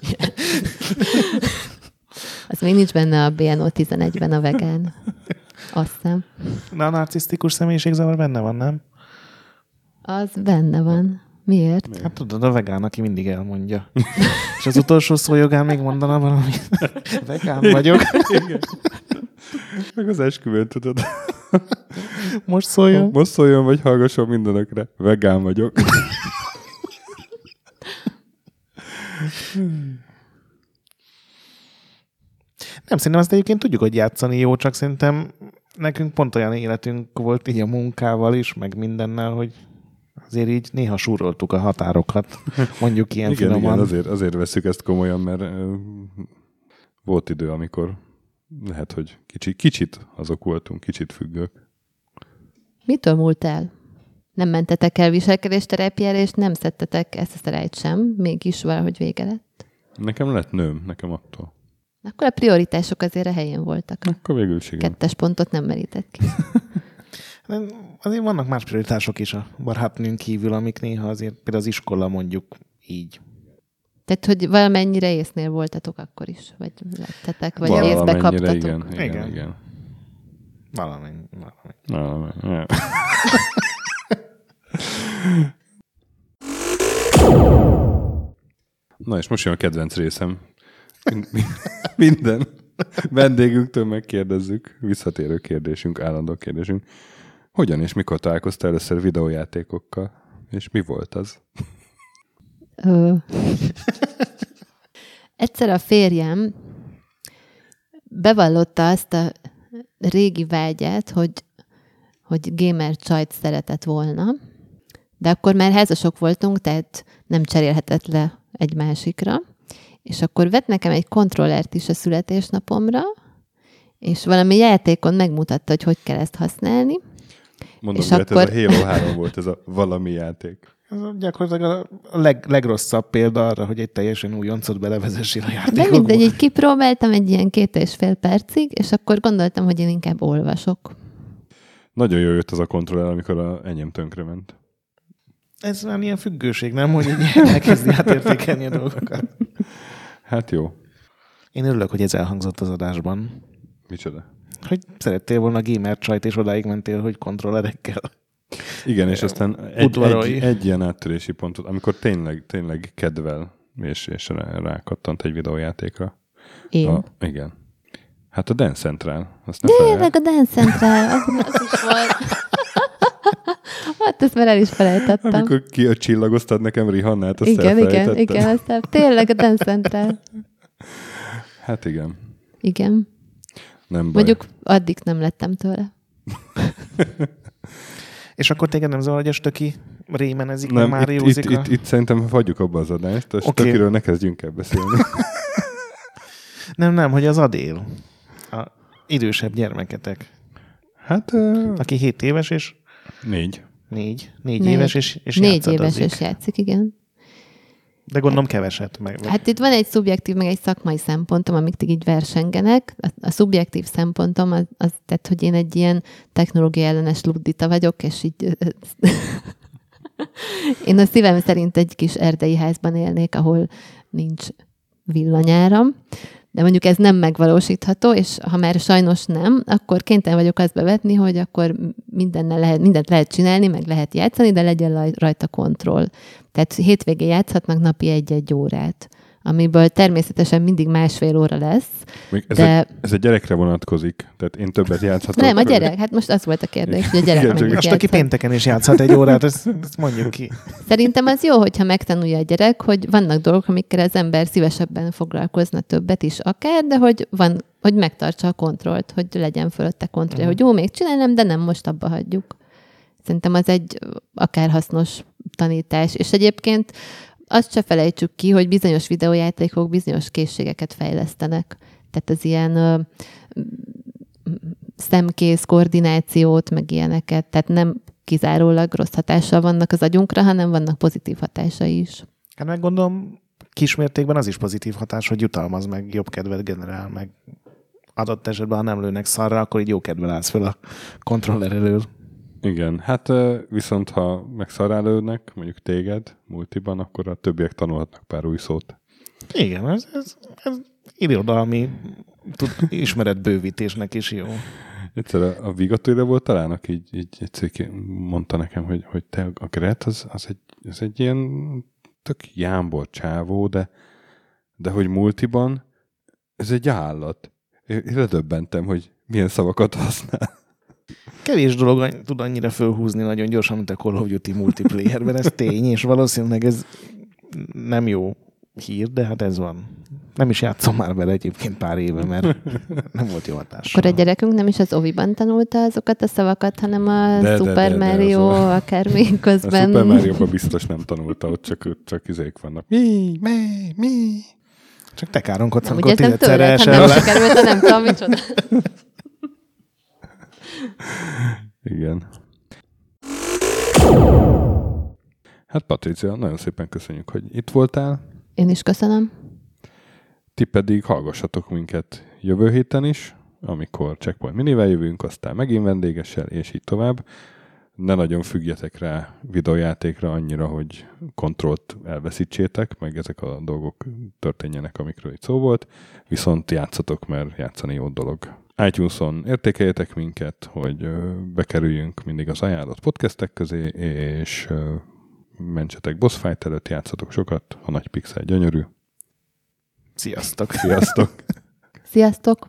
Az még nincs benne a BNO 11-ben a vegán. Azt hiszem. Na, a narcisztikus személyiségzavar benne van, nem? Az benne van. Miért? Hát tudod, a vegán, aki mindig elmondja. És az utolsó szó jogán még mondana valamit. Vegán vagyok. Igen. Meg az esküvőn, tudod. Most szóljon. Most szóljon, vagy hallgasson mindenekre. Vegán vagyok. Nem, szerintem azt egyébként tudjuk, hogy játszani jó, csak szerintem nekünk pont olyan életünk volt így a munkával is, meg mindennel, hogy azért így néha súroltuk a határokat, mondjuk ilyen igen, finoman. Igen, azért veszük ezt komolyan, mert volt idő, amikor lehet, hogy kicsit azok voltunk, kicsit függők. Mitől múlt el? Nem mentetek el viselkedésterápiára, és nem szedtetek SSRI-t sem, mégis valahogy vége lett? Nekem lett nőm, nekem attól. Akkor a prioritások azért a helyén voltak. Akkor végül is igen. 2 pontot nem merített ki. Azért vannak más prioritások is a barátnőn kívül, amik néha azért például az iskola mondjuk így. Tehát, hogy valamennyire észnél voltatok akkor is? Vagy lettetek, vagy észbe kaptatok? Igen. Valamennyi. Na és most jön a kedvenc részem. Minden vendégünktől megkérdezzük, visszatérő kérdésünk, állandó kérdésünk. Hogyan és mikor találkoztál először videójátékokkal? És mi volt az? Egyszer a férjem bevallotta azt a régi vágyát, hogy gamer csajt szeretett volna, de akkor már házasok voltunk, tehát nem cserélhetett le egy másikra, és akkor vett nekem egy kontrollert is a születésnapomra, és valami játékon megmutatta, hogy kell ezt használni. Mondom, és akkor... ez a Halo 3 volt, ez a valami játék. Ez gyakorlatilag a legrosszabb példa arra, hogy egy teljesen újoncot belevezessél a játékokba. De mindegy, így kipróbáltam egy ilyen 2,5 percig, és akkor gondoltam, hogy én inkább olvasok. Nagyon jó jött az a kontroller, amikor a enyém tönkrement. Ez már ilyen függőség, nem? Hogy így elkezdi átértékelni a dolgokat. Hát jó. Én örülök, hogy ez elhangzott az adásban. Micsoda? Hogy szerettél volna gamer csajt, és odáig mentél, hogy kontrollerekkel. Igen, és aztán egy ilyen áttörési pontot, amikor tényleg kedvel, és rákattant egy videójátékra. Én? Igen. Hát a Dance Central. Tényleg a Dance Central, az is volt. Hát ezt már el is felejtettem. Amikor csillagoztad nekem Rihannát, azt Igen, aztán tényleg a Dance Central. Hát igen. Igen. Nem baj. Mondjuk addig nem lettem tőle. És akkor téged nem zavar, hogy a stöki rémenezik, nem Máriózik? Itt szerintem hagyjuk abba az adást, a stökiről ne kezdjünk el beszélni. Nem, hogy az Adél. A idősebb gyermeketek. Hát... Aki 7 éves és... 4 éves és 4 éves és játszik, igen. De gondolom keveset meg. Hát itt van egy szubjektív, meg egy szakmai szempontom, amik így versengenek. A szubjektív szempontom az, tehát, hogy én egy ilyen technológia ellenes luddita vagyok, és így én a szívem szerint egy kis erdei házban élnék, ahol nincs villanyáram. De mondjuk ez nem megvalósítható, és ha már sajnos nem, akkor kénytelen vagyok azt bevetni, hogy akkor mindent lehet csinálni, meg lehet játszani, de legyen rajta kontroll. Tehát hétvégén játszhatnak napi 1-1 órát, amiből természetesen mindig 1,5 óra lesz. Ez a gyerekre vonatkozik, tehát én többet játszhatok. Nem, a gyerek, hát most az volt a kérdés, hogy a gyerek mennyit játszhat. Aki pénteken is játszhat 1 órát, ezt mondjuk ki. Szerintem az jó, hogyha megtanulja a gyerek, hogy vannak dolgok, amikkel az ember szívesebben foglalkozna többet is akár, de hogy megtartsa a kontrollt, hogy legyen fölötte kontrollja, hogy jó, még csinálom, de nem most abba hagyjuk. Szerintem az egy akár hasznos tanítás. És egyébként azt se felejtsük ki, hogy bizonyos videójátékok bizonyos készségeket fejlesztenek. Tehát az ilyen szemkész koordinációt, meg ilyeneket, tehát nem kizárólag rossz hatással vannak az agyunkra, hanem vannak pozitív hatásai is. Hát meg gondolom, kismértékben az is pozitív hatás, hogy jutalmaz meg, jobb kedvet generál, meg adott esetben, ha nem lőnek szarra, akkor így jó kedvel állsz fel a kontroller elől. Igen, hát viszont ha megszarálődnek, mondjuk téged multiban, akkor a többiek tanulhatnak pár új szót. Igen, ez irodalmi ismeretbővítésnek is jó. Egyszer a Vigatőre volt talán, aki így mondta nekem, hogy te a Gret, az egy ilyen tök jámbor csávó, de hogy multiban ez egy állat. Én ledöbbentem, hogy milyen szavakat használ. Kevés dolog tud annyira fölhúzni nagyon gyorsan, mint a Call of Duty multiplayerben, ez tény, és valószínűleg ez nem jó hír, de hát ez van. Nem is játszom már vele egyébként pár éve, mert nem volt jó hatás. Akkor a gyerekünk nem is az oviban tanulta azokat a szavakat, hanem a Super Mario akármi közben. A Super Mario-ban biztos nem tanulta, ott csak izék vannak. Mi? Csak te káronkodsz, nem, amikor ugye nem tízegyszerre tőled, ha nem sikerült, nem tudom, micsoda. Igen. Hát Patricia, nagyon szépen köszönjük, hogy itt voltál. Én is köszönöm. Ti pedig hallgassatok minket jövő héten is, amikor Checkpoint Minivel jövünk, aztán megint vendégessel, és így tovább. Ne nagyon függjetek rá videójátékra annyira, hogy kontrollt elveszítsétek, meg ezek a dolgok történjenek, amikről itt szó volt. Viszont játszatok, mert játszani jó dolog. iTunes-on értékeljetek minket, hogy bekerüljünk mindig az ajánlott podcastek közé, és mentsetek boss fight előtt, játszatok sokat, a nagy pixel gyönyörű. Sziasztok! Sziasztok! Sziasztok!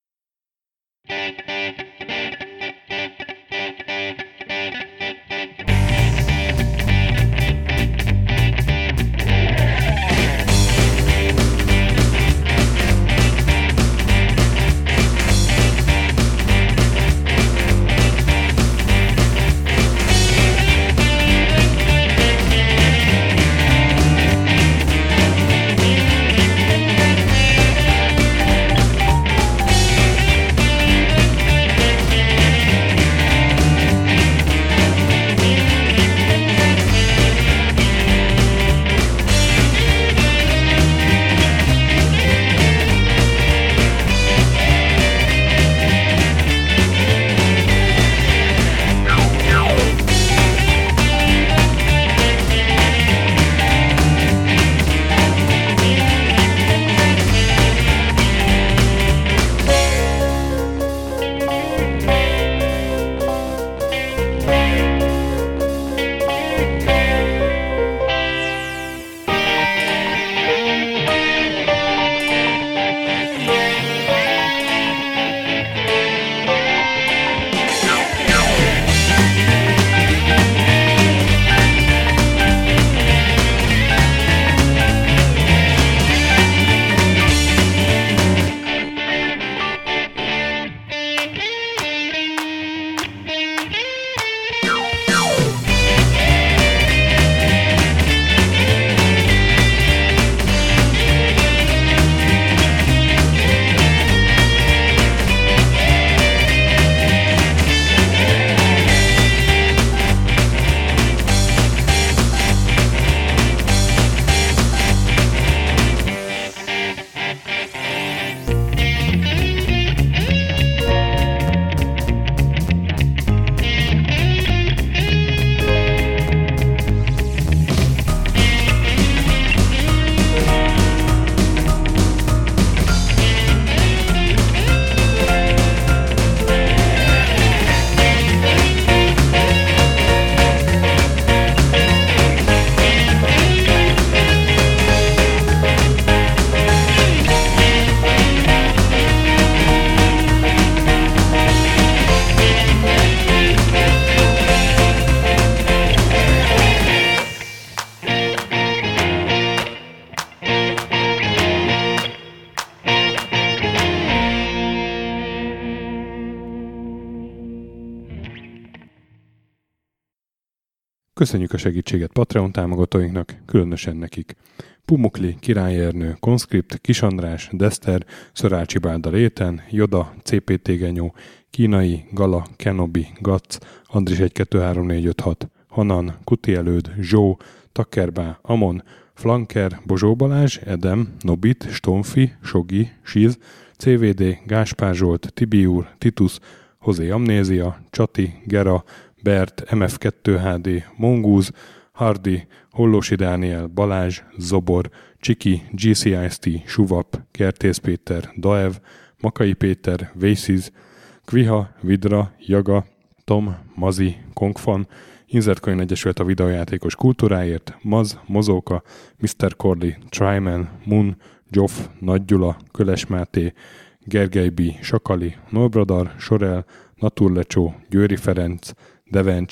Köszönjük a segítséget Patreon támogatóinknak, különösen nekik. Pumukli, Király Ernő, Conscript, Kis András, Deszter, Szörácsi Bálda Réten, Joda, CPT Genyó, Kínai, Gala, Kenobi, Gac, Andris 1-2-3-4-5-6, Hanan, Kuti Előd, Zsó, Takkerbá, Amon, Flanker, Bozsó Balázs, Edem, Nobit, Stonfi, Sogi, Siz, CVD, Gáspár Zsolt, Tibiúr, Titus, Hozé Amnézia, Csati, Gera, Bert, MF2HD, Mongúz, Hardy, Hollósi Dániel, Balázs, Zobor, Csiki, GCIST, Suvap, Kertész Péter, Daev, Makai Péter, Vésziz, Kviha, Vidra, Jaga, Tom, Mazi, Kongfan, Inzertcoin Egyesület a videójátékos kultúráért, Maz, Mozóka, Mr. Corley, Tryman, Mun, Joff, Nagy Gyula, Köles Máté, Gergely B., Sakali, Norbradar, Sorel, Naturlecsó, Győri Ferenc, Devencs,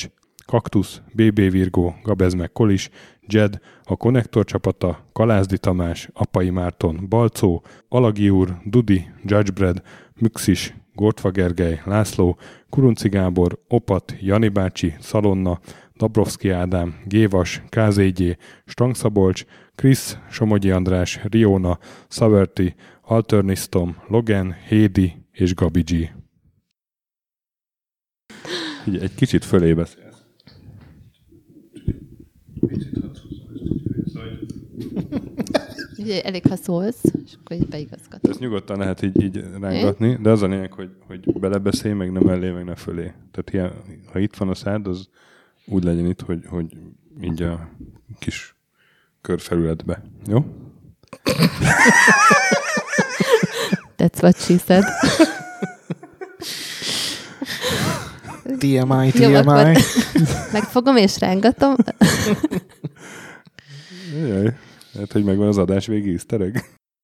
Kaktusz, BB Virgó, Gabez meg Kolis, Jed, a Konnektor csapata, Kalázdi Tamás, Apai Márton, Balcó, Alagi úr, Dudi, Judgebred, Müxis, Gortfa Gergely, László, Kurunci Gábor, Opat, Jani bácsi, Szalonna, Dabrowski Ádám, Gévas, KZG, Stangszabolcs, Krisz, Somogyi András, Riona, Szaverti, Alternisztom, Logan, Hédi és Gabi G. Egy kicsit fölé beszélsz. Ugye elég, ha szólsz, és akkor így beigazgatom. Ezt nyugodtan lehet így rángatni, de az a lényeg, hogy belebeszélj, meg nem mellé, meg ne fölé. Tehát ilyen, ha itt van a szád, az úgy legyen itt, hogy így a kis körfelületbe. Jó? That's what she said. TMI. Jó, akkor megfogom és rángatom. Jaj, hát, hogy megvan az adás végi easter egg.